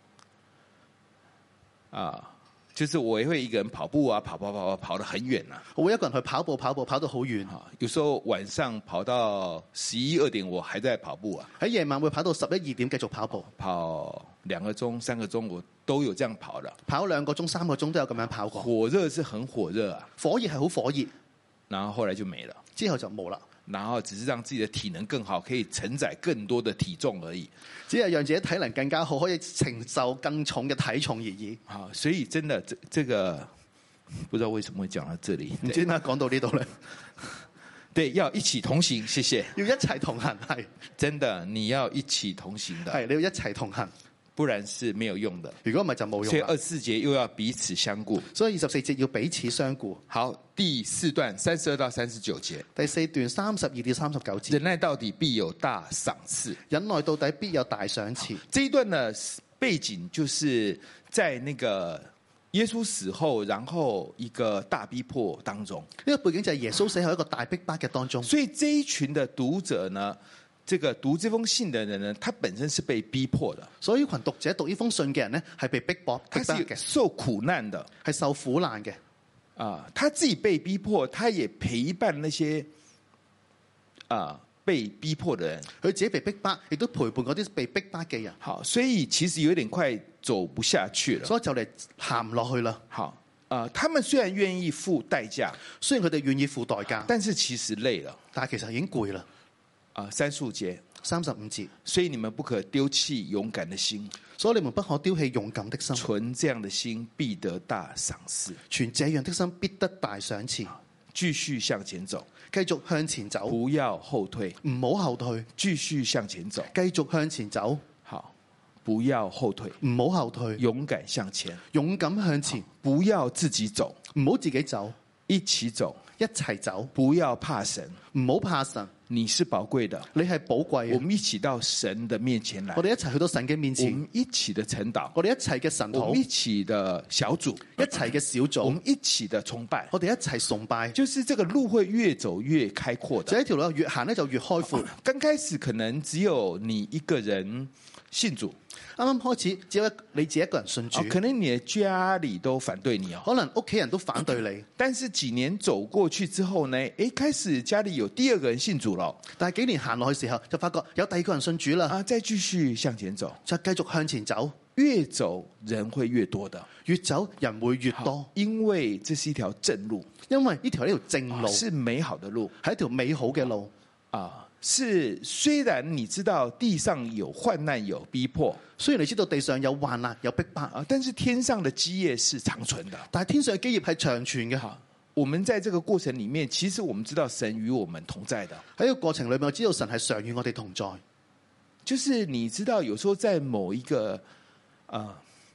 啊，就是我也會一個人跑步啊，跑跑跑跑跑得很遠啊。 我會一個人去跑步，跑步跑到好遠。 有時候晚上跑到十一二點，我還在跑步啊。 喺夜晚會跑到十一二點繼續跑步， 跑兩個鐘、三個鐘，我都有這樣跑的。 跑兩個鐘、三個鐘都有咁樣跑過。 火熱是很火熱啊， 火熱係好火熱， 然後後來就沒了， 之後就冇啦。 然後只是讓自己的體能更好，可以承載更多的體重而已。 只係讓自己體能更加好，可以承受更重嘅體重而已。 好，所以真的，這這個不知道為什麼會講到這裡。 唔知點解講到呢度咧？ 對，要一起同行，謝謝。 要一齊同行，係真的，你要一起同行的， 係你要一齊同行， 不然是沒有用的。 如果唔係就冇用啦。 所以二十四節又要彼此相顧。 所以二十四節要彼此相顧。 好，第四段三十二到三十九節， 第四段三十二至三十九節， 忍耐到底必有大賞賜。 忍耐到底必有大賞賜。 這一段呢背景就是在那個耶穌死後，然後一個大逼迫當中。 呢個背景就係耶穌死後一個大逼迫嘅當中。 所以這一群的讀者呢，這個讀這封信的人呢，他本身是被逼迫的。 所以群讀者讀呢封信嘅人呢，係被逼迫、 他是受苦難的， 係受苦難嘅。 啊，他自己被逼迫，他也陪伴那些啊被逼迫的人。 佢自己被逼迫，亦都陪伴嗰啲被逼迫嘅人。 好，所以其實有點快走不下去了。 所以就嚟行唔落去啦。 好，啊，他們雖然願意付代價， 雖然佢哋願意付代價， 但是其實累了。 但係其實已經攰啦。 啊，三十五節， 三十五節， 所以你們不可丟棄勇敢的心， 所以你們不可丟棄勇敢的心， 存這樣的心必得大賞賜， 存這樣的心必得大賞賜。 繼續向前走， 繼續向前走， 不要後退， 唔好後退， 繼續向前走， 繼續向前走。 好，不要後退， 唔好後退， 勇敢向前， 勇敢向前， 不要自己走， 唔好自己走， 一起走， 一齊走， 不要怕神， 唔好怕神。 你是寶貴的， 你係寶貴嘅。 我們一起到神的面前來， 我哋一齊去到神嘅面我前， 們一起的晨禱， 我哋一齊嘅神禱， 我們一起的小組， 一齊嘅小組， 我們一起的崇拜， 我哋一齊崇拜， 就是這個路會越走越開闊的。 就一條路越行咧就越開闊。 剛開始可能只有你一個人信主， 啱啱開始只有一你自己一個人信主， 哦，可能你的家裏都反對你哦， 可能屋企人都反對你。 但是幾年走過去之後呢，誒，開始家裏有第二個人信主了， 但係幾年行落去時候，就發覺有第二個人信主啦， 啊，再繼續向前走， 就繼續向前走， 越走人會越多的， 越走人會越多， 因為這是一條正路， 因為呢條呢條正路是美好的路， 係一條美好嘅路啊。是雖然你知道地上有患難有逼迫， 雖然你知道地上有患難有逼迫啊，但是天上的基業是長存的。 但係天上嘅基業係長存嘅。 我們在這個過程裏面，其實我們知道神與我們同在的。 喺個過程裏面，我知道神係常與我哋同在。 就是你知道，有時候在某一個啊、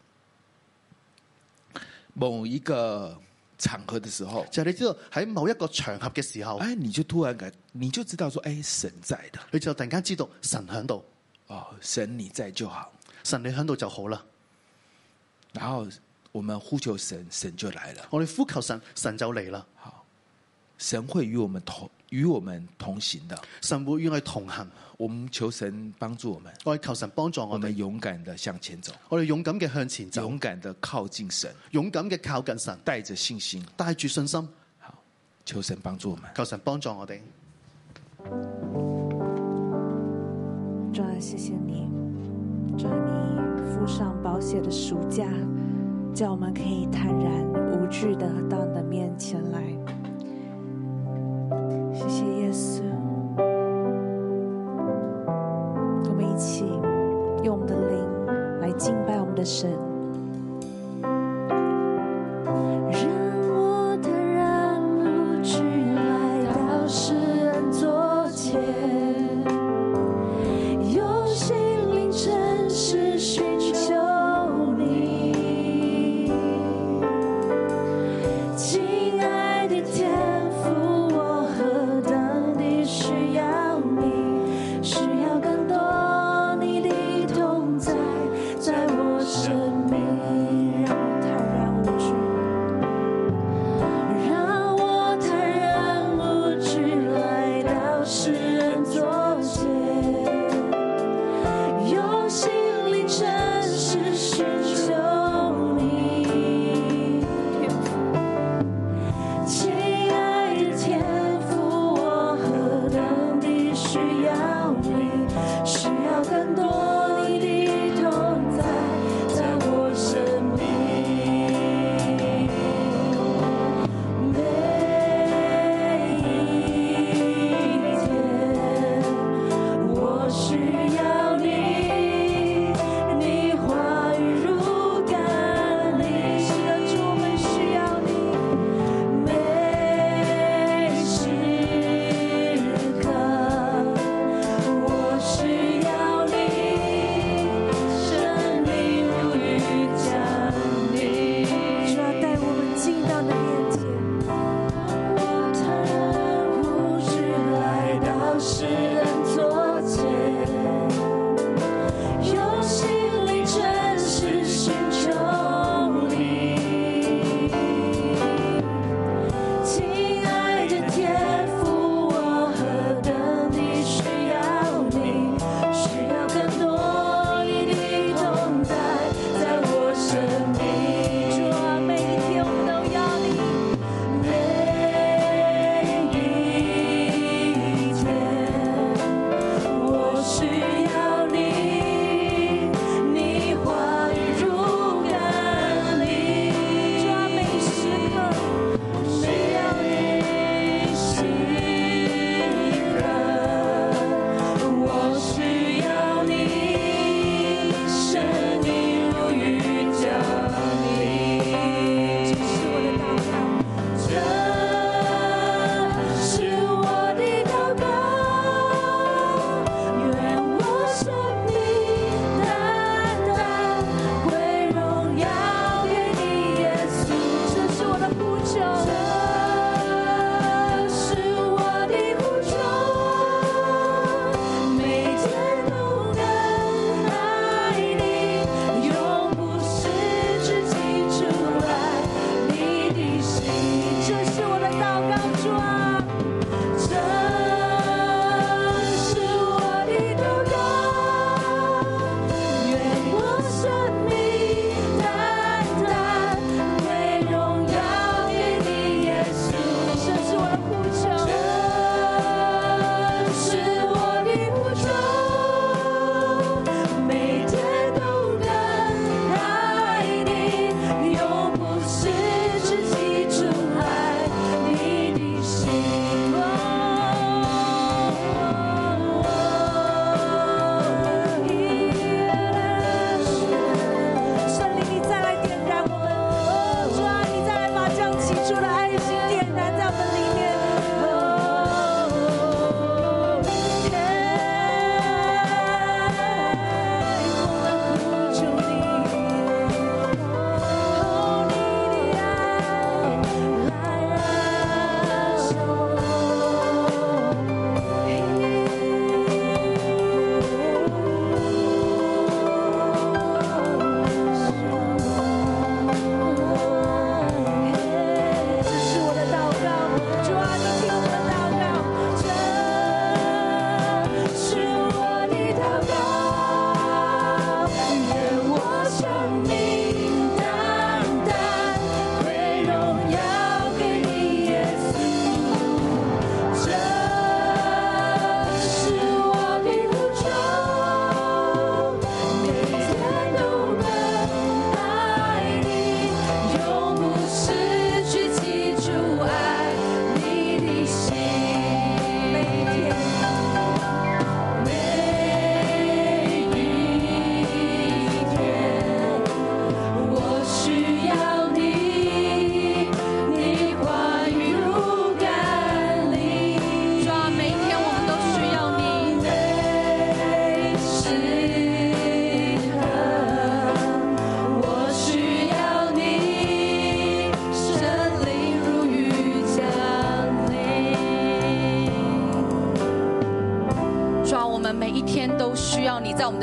呃、某一個場合的時候， 就係你知道喺某一個場合嘅時候， 哎，你就突然感，你就知道說，哎，神在的， 你就突然間知道神喺度。 哦，神你在就好， 神你喺度就好啦。 然後我們呼求神，神就來了。 我哋呼求神，神就嚟啦。 好，神會與我們同與我們同行的， 神會與我哋同行。 我們求神幫助我們， 我哋求神幫助我哋， 我們勇敢的向前走， 我哋勇敢嘅向前走， 勇敢的靠近神， 勇敢嘅靠近神， 帶着信心， 帶住信心。 好，求神幫助我們， 求神幫助我哋。 主啊，謝謝你，主啊，你付上寶血的贖價，叫我們可以坦然無懼的到你的面前來。謝謝耶穌。 的神。 让我坦然无惧来到施恩座前，用心灵诚实寻求你。亲爱的天父，我何等地需要你，需要更多你的同在，在我生命。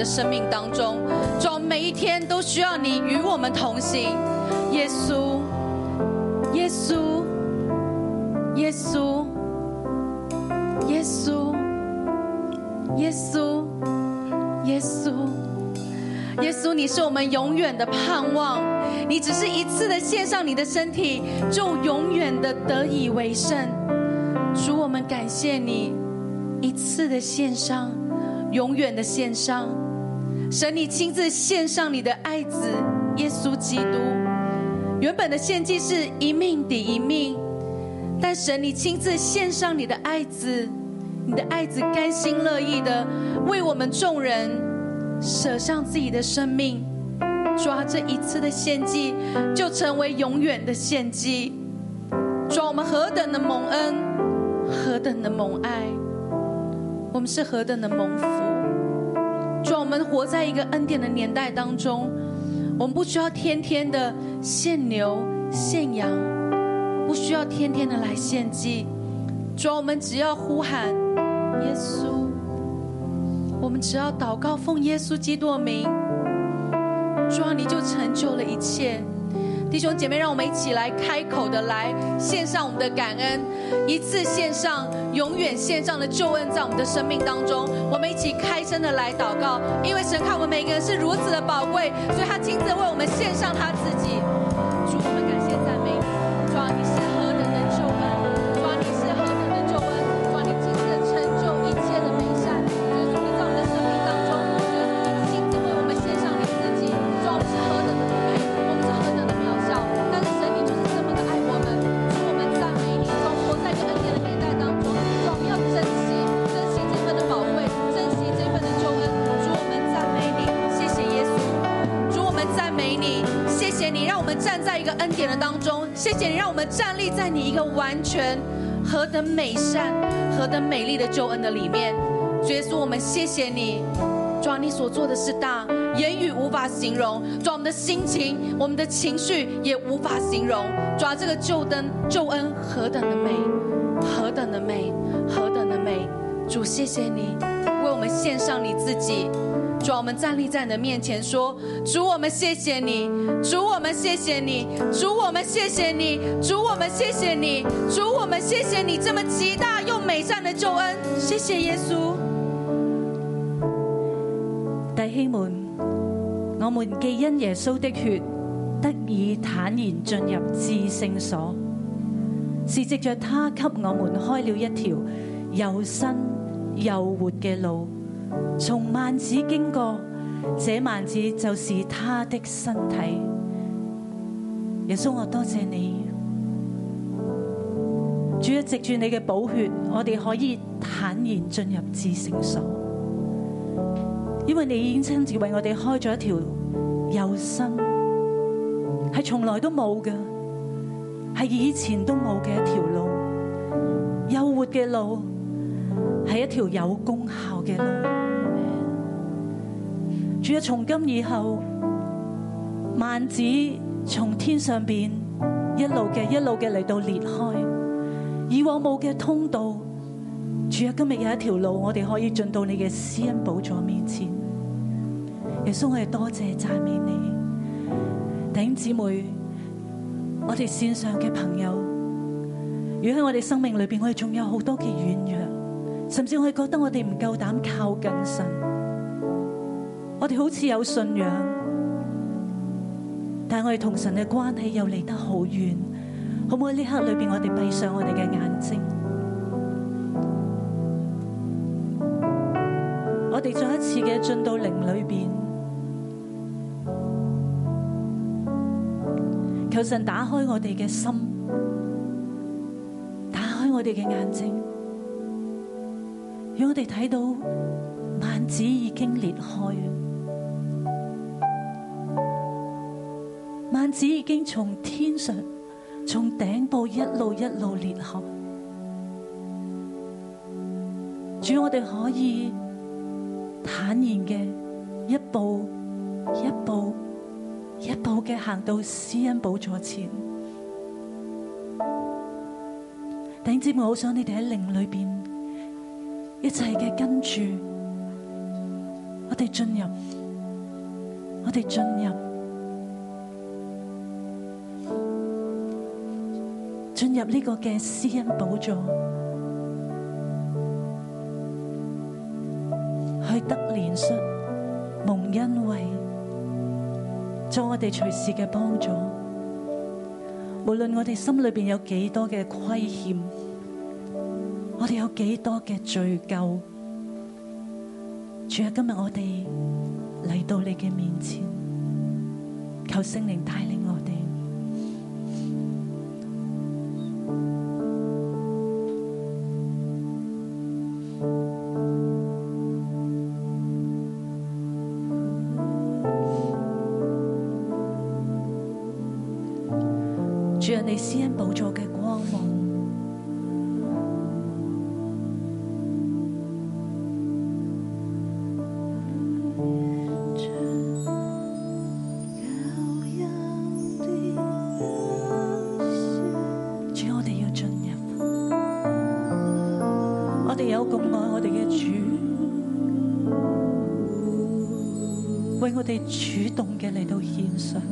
的生命当中。主啊，每一天都需要你与我们同行。耶稣，耶稣，耶稣，耶稣，耶稣，耶稣，耶稣，你是我们永远的盼望。你只是一次的献上你的身体，就永远的得以为胜。主，我们感谢你，一次的献上，永远的献上。神，你亲自献上你的爱子耶稣基督。原本的献祭是一命抵一命，但神，你亲自献上你的爱子，你的爱子甘心乐意的为我们众人舍上自己的生命。主啊，这一次的献祭就成为永远的献祭。主啊，我们何等的蒙恩，何等的蒙爱，我们是何等的蒙福。主啊，我们活在一个恩典的年代当中，我们不需要天天的献牛献羊，不需要天天的来献祭。主啊，我们只要呼喊耶稣，我们只要祷告奉耶稣基督的名，主啊，你就成就了一切。弟兄姐妹，让我们一起来开口的来献上我们的感恩，一次献上永远献上的救恩在我们的生命当中。我们一起开声的来祷告，因为神看我们每个人是如此的宝贵，所以他亲自为我们献上他自己。主，我们感谢赞美你。主啊，你是何等的救恩，主啊，你是何等的救恩，主啊，你亲自成就一切的美善。主，你在我们的生命当中，主，你亲自为我们献上你自己。主啊，我们是何等的不配，我们是何等的渺小，但是神，你就是这么的爱我们。主，我们赞美你。主，活在一个恩典的年代当中，主，我们要珍惜珍惜这份的宝贵，珍惜这份的救恩。主，我们赞美你，谢谢耶稣。主，我们赞美你，谢谢你让我们站在一个恩典的当中，谢谢你让我们站立在你一个完全何等美善何等美丽的救恩的里面。主耶稣，我们谢谢你。主啊，你所做的是大，言语无法形容。主啊，我们的心情我们的情绪也无法形容。主啊，这个救恩救恩何等的美，何等的美，何等的美。主，谢谢你为我们献上你自己。主啊，我们站立在你的面前说，主，我们谢谢你，主，我们谢谢你，主，我们谢谢你，主，我们谢谢你，主，我们谢谢你这么极大又美善的救恩。谢谢耶稣。 弟兄們，我們既因耶穌的血得以坦然進入至聖所，是藉着他給我們開了一條又新又活嘅路，從幔子經過，這幔子就是他的身體。耶穌，我多謝你，主啊，藉住你嘅寶血，我哋可以坦然進入至聖所。因為你已經親自為我哋開咗一條又新，係從來都冇嘅，係以前都冇嘅一條路，又活嘅路，係一條有功效嘅路。主啊，從今以後，幔子從天上邊一路嘅一路嘅嚟到裂開，以往冇嘅通道。主啊，今日有一條路，我哋可以進到你嘅施恩寶座面前。耶穌，我哋多謝讚美你。弟兄姊妹，我哋線上嘅朋友，如果喺我哋生命裏邊，我哋仲有好多嘅軟弱，甚至我哋覺得我哋唔夠膽靠近神，我哋好似有信仰，但係我哋同神嘅關係又離得好遠，可唔可以呢刻裏邊我哋閉上我哋嘅眼睛？我哋再一次嘅進到靈裏邊，求神打開我哋嘅心，打開我哋嘅眼睛，讓我哋睇到幔子已經裂開，幔子已經從天上從頂部一路一路裂開。主，我哋可以坦然嘅一步一步一步嘅行到施恩寶座前。弟兄姊妹，好想你哋喺靈裏邊一齊嘅跟住我哋進入，我哋進入，進入呢個嘅施恩寶座，去得憐恤、蒙恩惠，做我哋隨時嘅幫助。無論我哋心裏邊有幾多嘅虧欠，我哋有幾多嘅罪疚，主啊，今日我哋嚟到你嘅面前，求聖靈帶領我哋。主啊，你施恩寶座嘅光芒，主，我哋要進入，我哋有咁愛我哋嘅主，為我哋主動嘅嚟到獻上。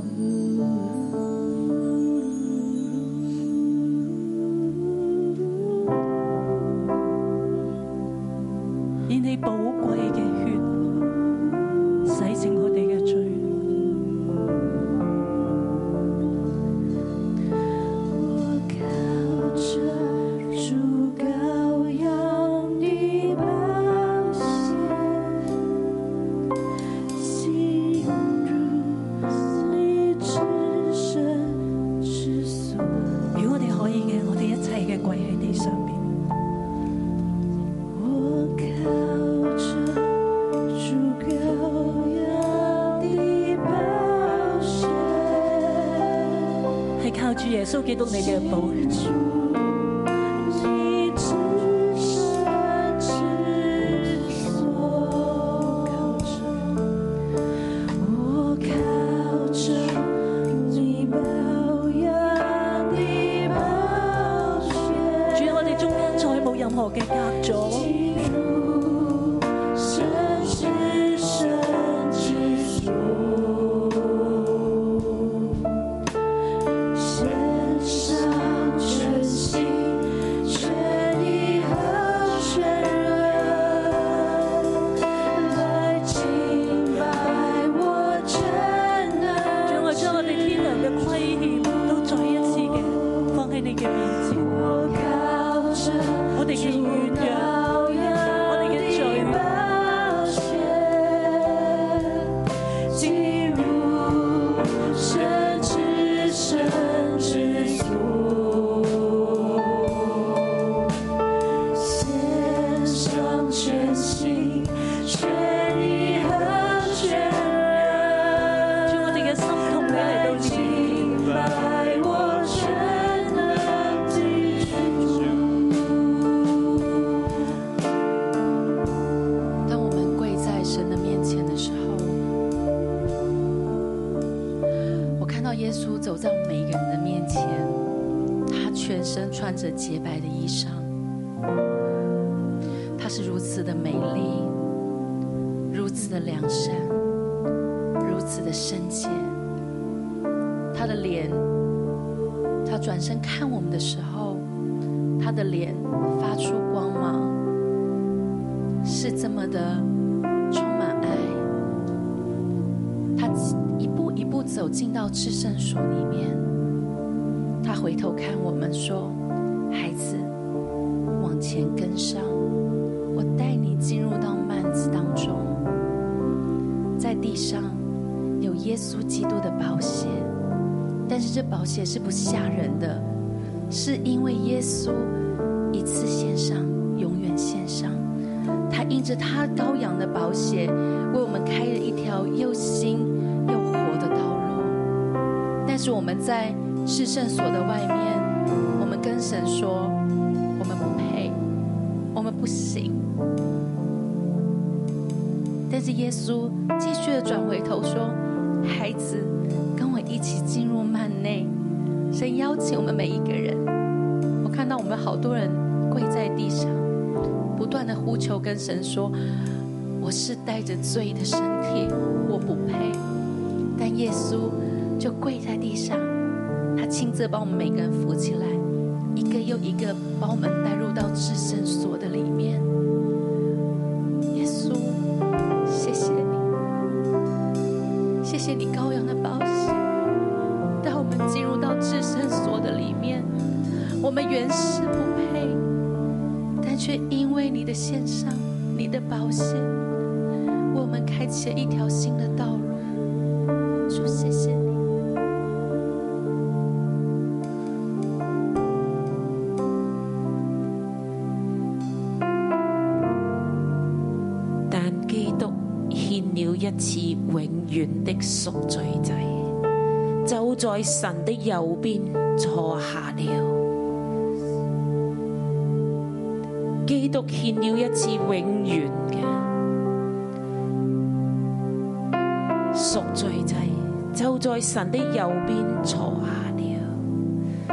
耶穌基督你嘅寶血，主啊，我哋中間再冇任何嘅隔阻。 穿着洁白的衣裳，她是如此的美丽，如此的良善，如此的圣洁。她的脸，她转身看我们的时候，她的脸发出光芒，是这么的充满爱。她一步一步走进到至圣所里面，她回头看我们说，孩子，往前跟上，我带你进入到幔子当中。在地上有耶稣基督的宝血，但是这宝血是不吓人的，是因为耶稣一次献上，永远献上。他因着他羔羊的宝血，为我们开了一条又新又活的道路。但是我们在至圣所的外面，我们跟神说，我们不配，我们不行。但是耶稣继续的转回头说，孩子，跟我一起进入幔内。神邀请我们每一个人，我看到我们好多人跪在地上，不断的呼求跟神说，我我是带着罪的身体，我不配。但耶稣就跪在地上，他亲自把我们每个人扶起来，一个又一个把我们带入到至圣所的里面。耶稣，谢谢你，谢谢你羔羊的宝血，带我们进入到至圣所的里面。我们原是不配，但却因为你的献上，你的宝血，为我们开启了一条新的道路。主，谢谢你。 但基督獻了一次永遠的贖罪祭，就在神的右邊坐下了。基督獻了一次永遠嘅贖罪祭，就在神的右邊坐下了。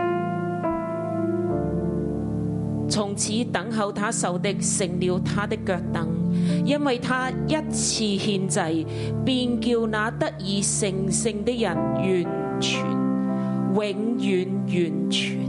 從此等候他受的成了他的腳凳，因為他一次獻祭，便叫那得以成聖的人完全，永遠完全。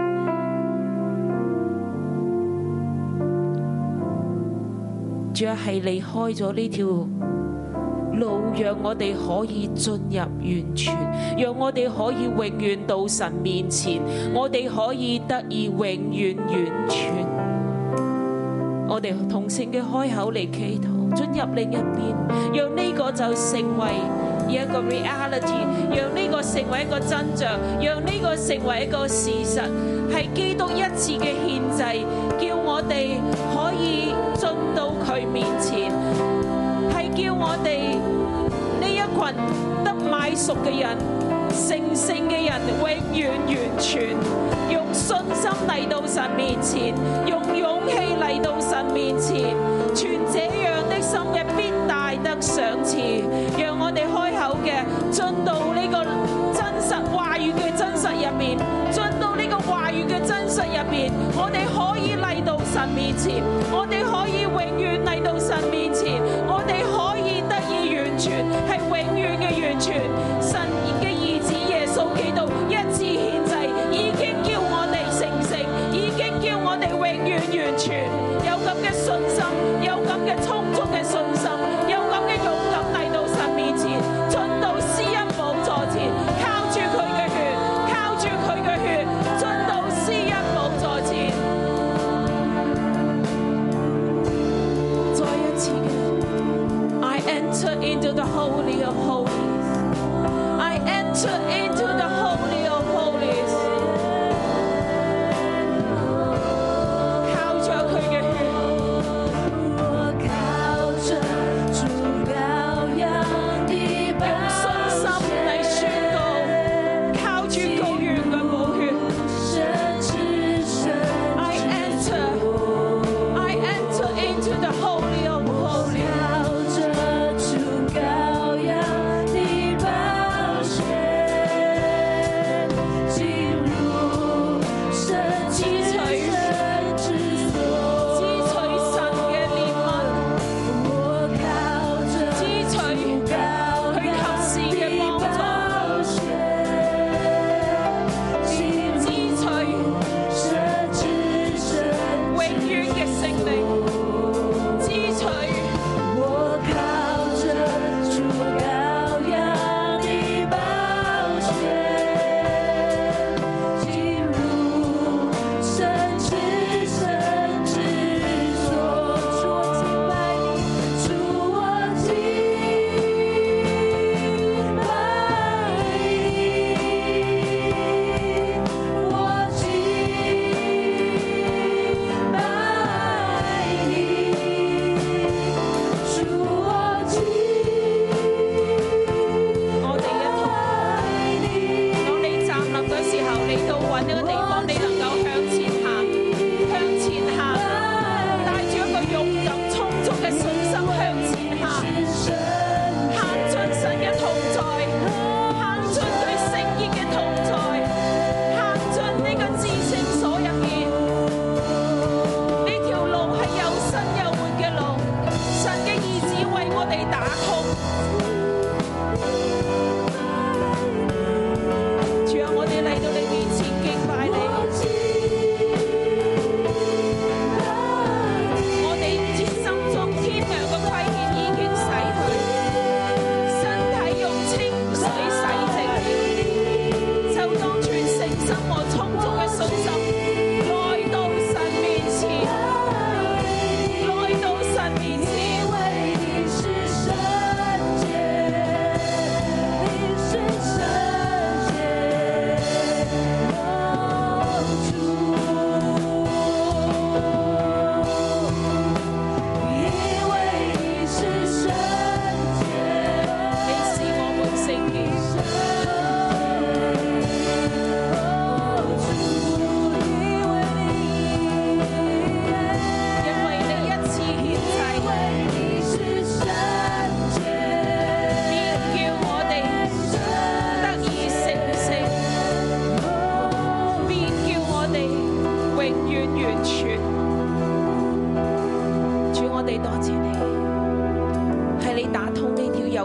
主要係你開咗呢條路，讓我哋可以進入完全，讓我哋可以永遠到神面前，我哋可以得以永遠完全。我哋同聲嘅開口嚟祈禱，進入另一邊，讓呢個就成為一個 reality， 讓呢個成為一個真相，讓呢個成為一個事實，係基督一次嘅獻祭，叫我哋可以進到佢面前，係叫我哋呢一群得買贖嘅人、成聖嘅人，永遠完全，用信心嚟到神面前，用勇氣嚟到神面前，存這樣的心嘅必大得賞賜。讓我哋開口嘅進到呢個真實話語嘅真實入面，進到呢個話語嘅真實入面，我哋可以嚟到神面前，我哋可以永遠嚟到神面前，我哋可以得以完全，係永遠嘅完全。神嘅兒子耶穌基督一次獻祭，已經叫我哋成聖，已經叫我哋永遠完全。有咁嘅信心，有咁嘅充足嘅信心，有咁嘅勇敢嚟到神面前，進到施恩寶座前，靠住佢嘅血，靠住佢嘅血，進到施恩寶座前。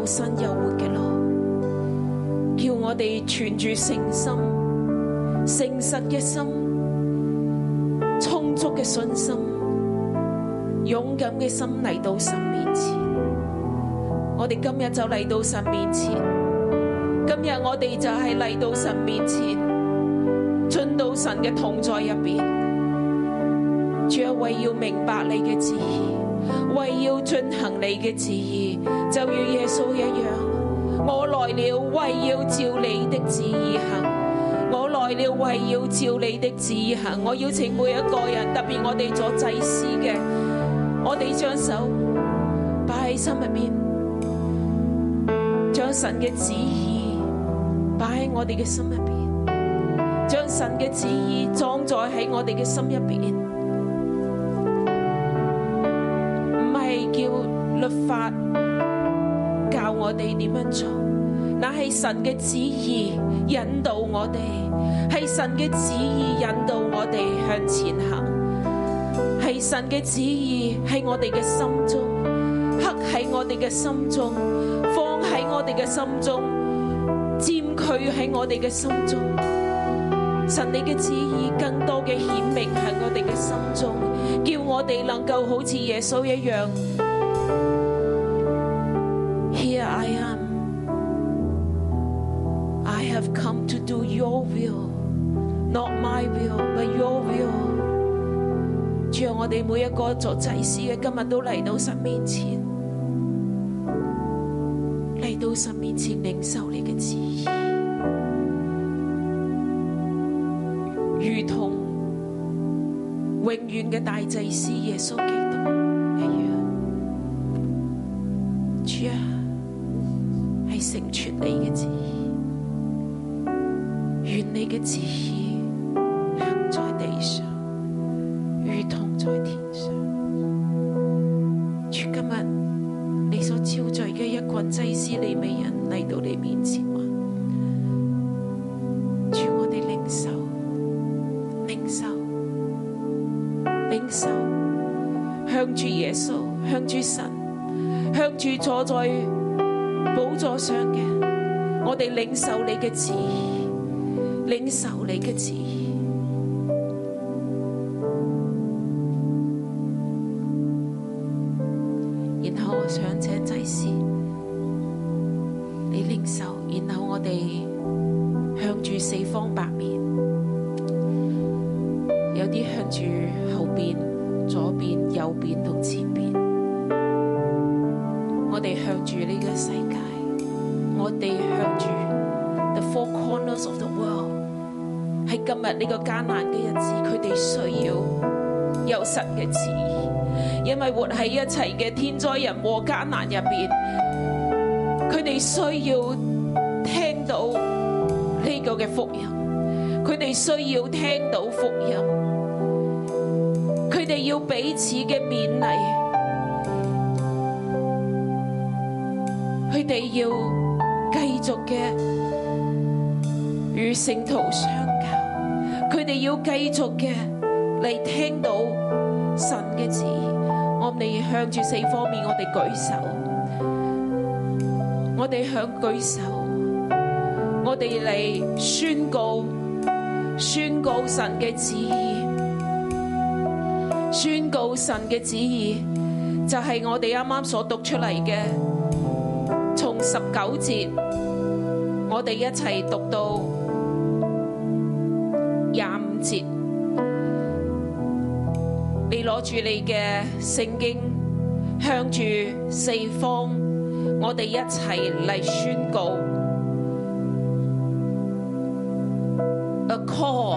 又新又活嘅路，叫我哋存住誠心、誠實嘅心、充足嘅信心、勇敢嘅心嚟到神面前。我哋今日就嚟到神面前，今日我哋就係嚟到神面前，進到神嘅同在入邊。主啊，為要明白你嘅旨意，為要進行你嘅旨意，就如耶穌一樣，我來了為要照你的旨意行，我來了為要照你的旨意行。我邀請每一個人，特別我哋做祭司嘅，我哋將手擺喺心入面，將神嘅旨意擺喺我哋嘅心入邊，將神嘅旨意裝載喺我哋嘅心入邊。叫律法教我哋點樣做，那係神嘅旨意引導我哋，係神嘅旨意引導我哋向前行，係神嘅旨意喺我哋嘅心中，刻喺我哋嘅心中，放喺我哋嘅心中，佔據喺我哋嘅心中。神你嘅旨意更多嘅顯明喺我哋嘅心中，叫我哋能夠好似耶穌一樣。Here I am. I have come to do your will, not my will, but your will. 主啊，我哋每一個做祭司嘅，今日都嚟到神面前，嚟到神面前領受你嘅旨意。如同永遠嘅大祭司耶穌基督一樣，主啊，係成全你嘅旨意，願你嘅旨意行在地上，如同在天上。主，今日你所召集嘅一群祭司利未人嚟到你面前話，主，我哋領受。領受，領受，向住耶穌，向住神，向住坐在寶座上嘅，我哋領受你嘅旨意，領受你嘅旨意。然後我想請祭司，你領受，然後我哋向住四方八面。有啲向住後邊、左邊、右邊同前邊，我哋向住呢個世界，我哋向住 the four corners of the world。喺今日呢個艱難嘅日子，佢哋需要有神嘅旨意，因為活喺一切嘅天災人禍艱難入邊，佢哋需要聽到呢個嘅福音，佢哋需要聽到福音。佢哋要彼此嘅勉勵，佢哋要繼續嘅與聖徒相交，佢哋要繼續嘅嚟聽到神嘅旨意。我哋向住四方面，我哋舉手，我哋向舉手，我哋嚟宣告，宣告神嘅旨意。宣告神嘅旨意，就係、是、我哋啱啱所讀出嚟嘅，從十九節，我哋一齊讀到廿五節。你攞住你嘅聖經，向住四方，我哋一齊嚟宣告 A call。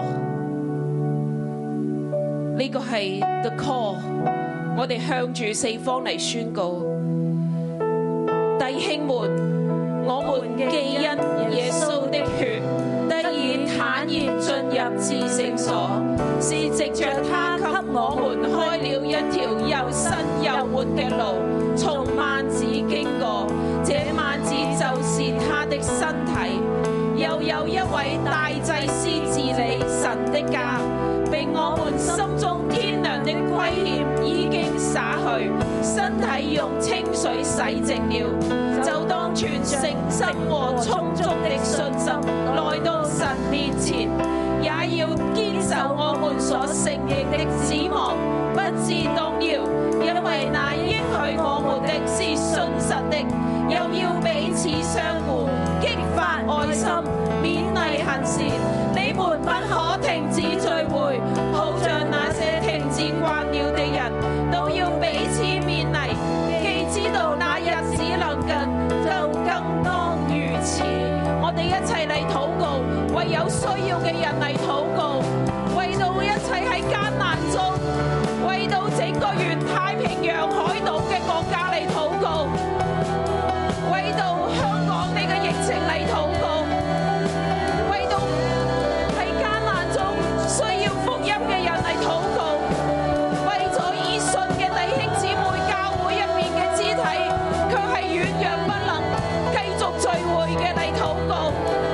呢個係 the call， 我哋向住四方嚟宣告，弟兄們，我們既因耶穌的血得以坦然進入至聖所，是藉着他給我們開了一條又新又活嘅路，從幔子經過，這幔子就是他的身體。又有一位大祭司治理神的家，並我們心中天良的虧欠已經灑去，身體用清水洗淨了，就當全誠心和充足的信心來到神面前，也要堅守我們所承認的指望，不致動搖，因為那應許我們的是信實的。又要彼此相顧，激發愛心，勉勵行善。你們不可停止聚會，好像那些停止慣了的人，都要彼此勉勵。既知道那日子臨近，就更當如此。我哋一齊嚟禱告，為有需要嘅人嚟禱告，為到一切喺艱難中，為到整個沿太平洋海島嘅國家嚟禱告，為到香港呢個疫情嚟禱告，為到喺艱難中需要福音嘅人嚟禱告，為咗以信嘅弟兄姊妹教會入面嘅肢體卻係軟弱不能繼續聚會嘅嚟禱告，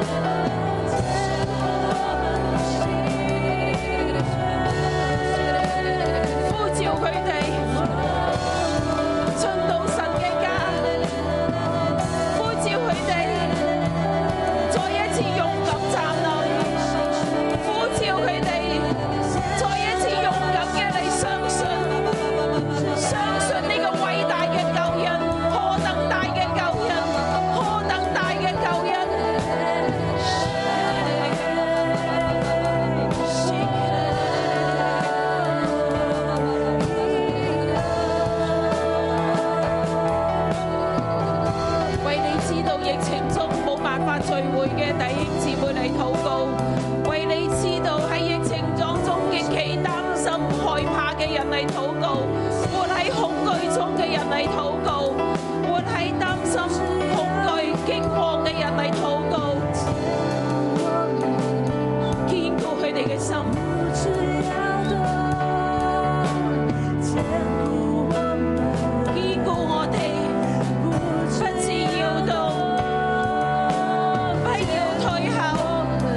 呼召佢哋進到神嘅家，呼召佢哋再一次勇敢站立，呼召佢哋再一次勇敢嘅嚟相信，相信呢個偉大嘅救恩，何等大嘅救恩，何等大嘅救恩。為你知道疫情中冇辦法聚會嘅弟兄姊妹嚟禱告，為你知道喺疫情當中極其擔心害怕嘅人嚟禱告，活喺恐懼中嘅人嚟禱告，活喺擔心恐懼驚慌嘅人嚟禱告，堅固佢哋嘅心。堅固我哋，不致搖動，不要退後。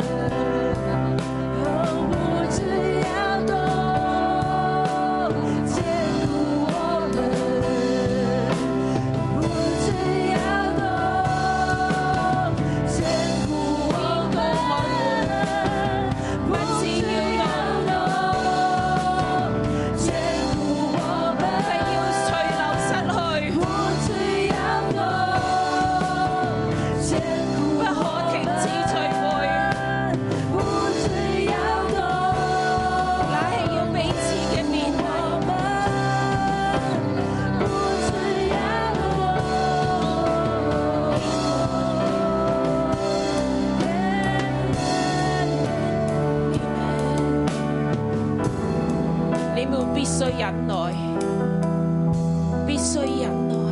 你們必須忍耐，必須忍耐。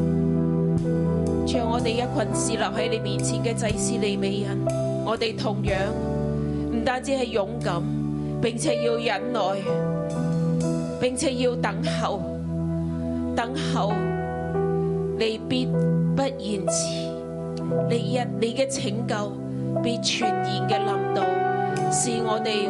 像我哋一群侍立喺你面前嘅祭司利未人，我哋同樣唔單止係勇敢，並且要忍耐，並且要等候，等候你必不延遲，你一你嘅拯救必全然嘅臨到，使我哋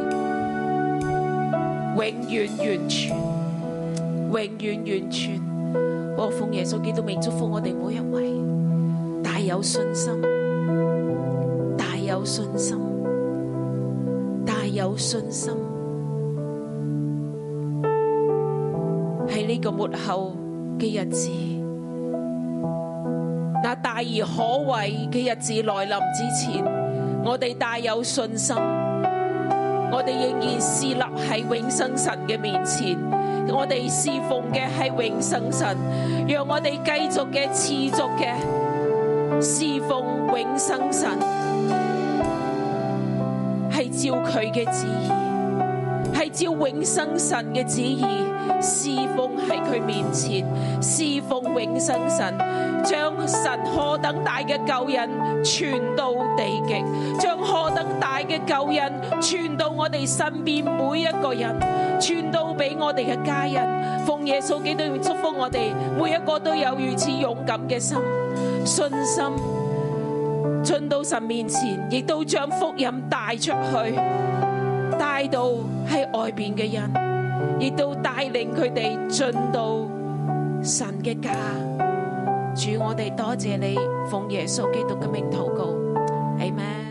永遠完全，永遠完全。我奉耶穌基督名祝福我哋每一位，大有信心，大有信心，大有信心。喺呢個末後嘅日子，那大而可畏嘅日子來臨之前，我哋大有信心。我哋仍然侍立喺永生神嘅面前，我哋侍奉嘅係永生神，讓我哋繼續嘅持續嘅侍奉永生神，係照佢嘅旨意，係照永生神嘅旨意，侍奉喺佢面前，侍奉永生神，將神何等大嘅救恩傳到地極，將何等大嘅救恩傳到我哋身邊每一個人，傳到俾我哋嘅家人。奉耶穌基督祝福我哋每一個都有如此勇敢嘅心、信心，進到神面前，亦都將福音帶出去，帶到喺外邊嘅人，亦都帶領佢哋進到神嘅家， 主，我哋多謝你，奉耶穌基督嘅名禱告，阿們。